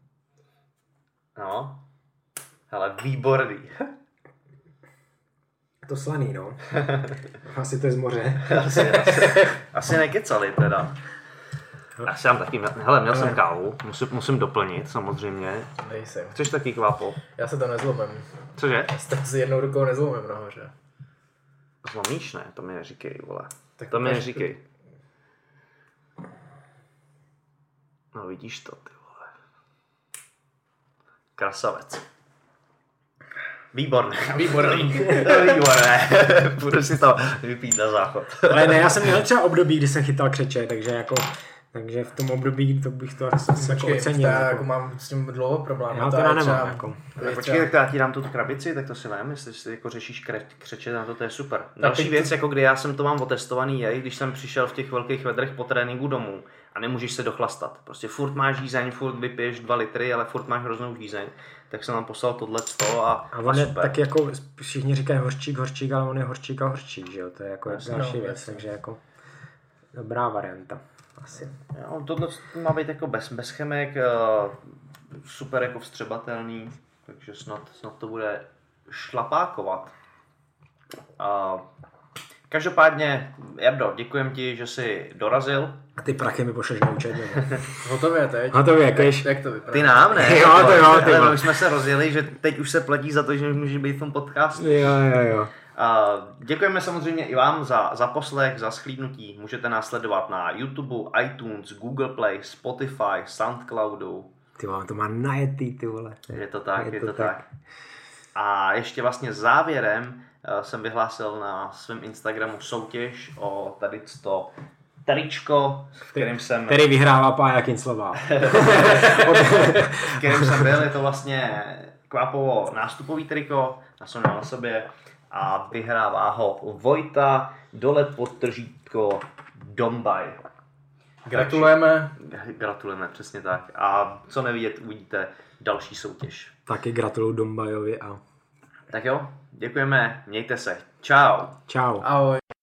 No. Hele, výborný. To slaný, no. Asi to je z moře. asi, asi, asi nekecali teda. Já si dám taky, hele, měl jsem kávu, musím, musím doplnit samozřejmě. Nejsem. Chceš taky kvapo? Já se to nezlomím. Cože? Já se to s jednou rukou nezlomím nahoře. Zlomíš, ne? To mi neříkej, vole. Tak to mi ukaž- neříkej. No vidíš to, ty vole. Krasavec. Výborné. Výborný. Výborné. Budu si to vypít na záchod. Ale ne, já jsem měl třeba období, kdy jsem chytal křeče, takže jako, takže v tom období to bych to asi jako Počkej, ocenil. tak Jako. mám s tím dlouho problém. Já No to je já nemám, třeba- jako. to je Počkej, třeba- tak to já ti dám tu krabici, tak to si vem, jestli si jako řešíš kre, křeče, na to, to je super. Další teď věc, to- jako kdy já jsem to mám otestovaný, je, když jsem přišel v těch velkých vedrech po tréninku domů a nemůžeš se dochlastat. Prostě furt máš žízeň, furt vypiješ dva litry, ale furt máš hroznou žízeň. Tak jsem nám poslal tohle a, A on a je super. tak jako, všichni říkají hořčík, hořčík, ale on je hořčík a hořčík, že jo, to je jako Jasně, další no, věc, jasně. takže jako dobrá varianta, asi. Jo, tohle má být jako bez, bez chemek, eh, super jako vstřebatelný, takže snad, snad to bude šlapákovat. A každopádně, Jardo, děkujem ti, že jsi dorazil. A ty prachy mi pošleš na účet, nebo? Hotově teď. Hotově, kež. Jak to vypadá? Ty nám, ne? Jo, to jo, ty Ale jo. my už jsme se rozjeli, že teď už se platí za to, že může být v tom podcastu. Jo, jo, jo. A děkujeme samozřejmě i vám za, za poslech, za shlídnutí. Můžete nás sledovat na YouTube, iTunes, Google Play, Spotify, Soundcloudu. Ty vole, to má najetý, ty vole. Je to tak, je, je to tak. tak. A ještě vlastně závěrem uh, jsem vyhlásil na svém Instagramu soutěž o tady to tričko, v kterém jsem, Který vyhrává Pája Kinclová. v kterém jsem byl. Je to vlastně Kvápovo nástupový triko, já jsem měl na sobě a vyhrává ho Vojta, dole podtržítko Dombaj. Gratulujeme. Gratulujeme, přesně tak. A co nevidět, uvidíte další soutěž. Taky gratuluju Dombajovi a Tak jo, děkujeme, mějte se. Čau. čau. Ahoj.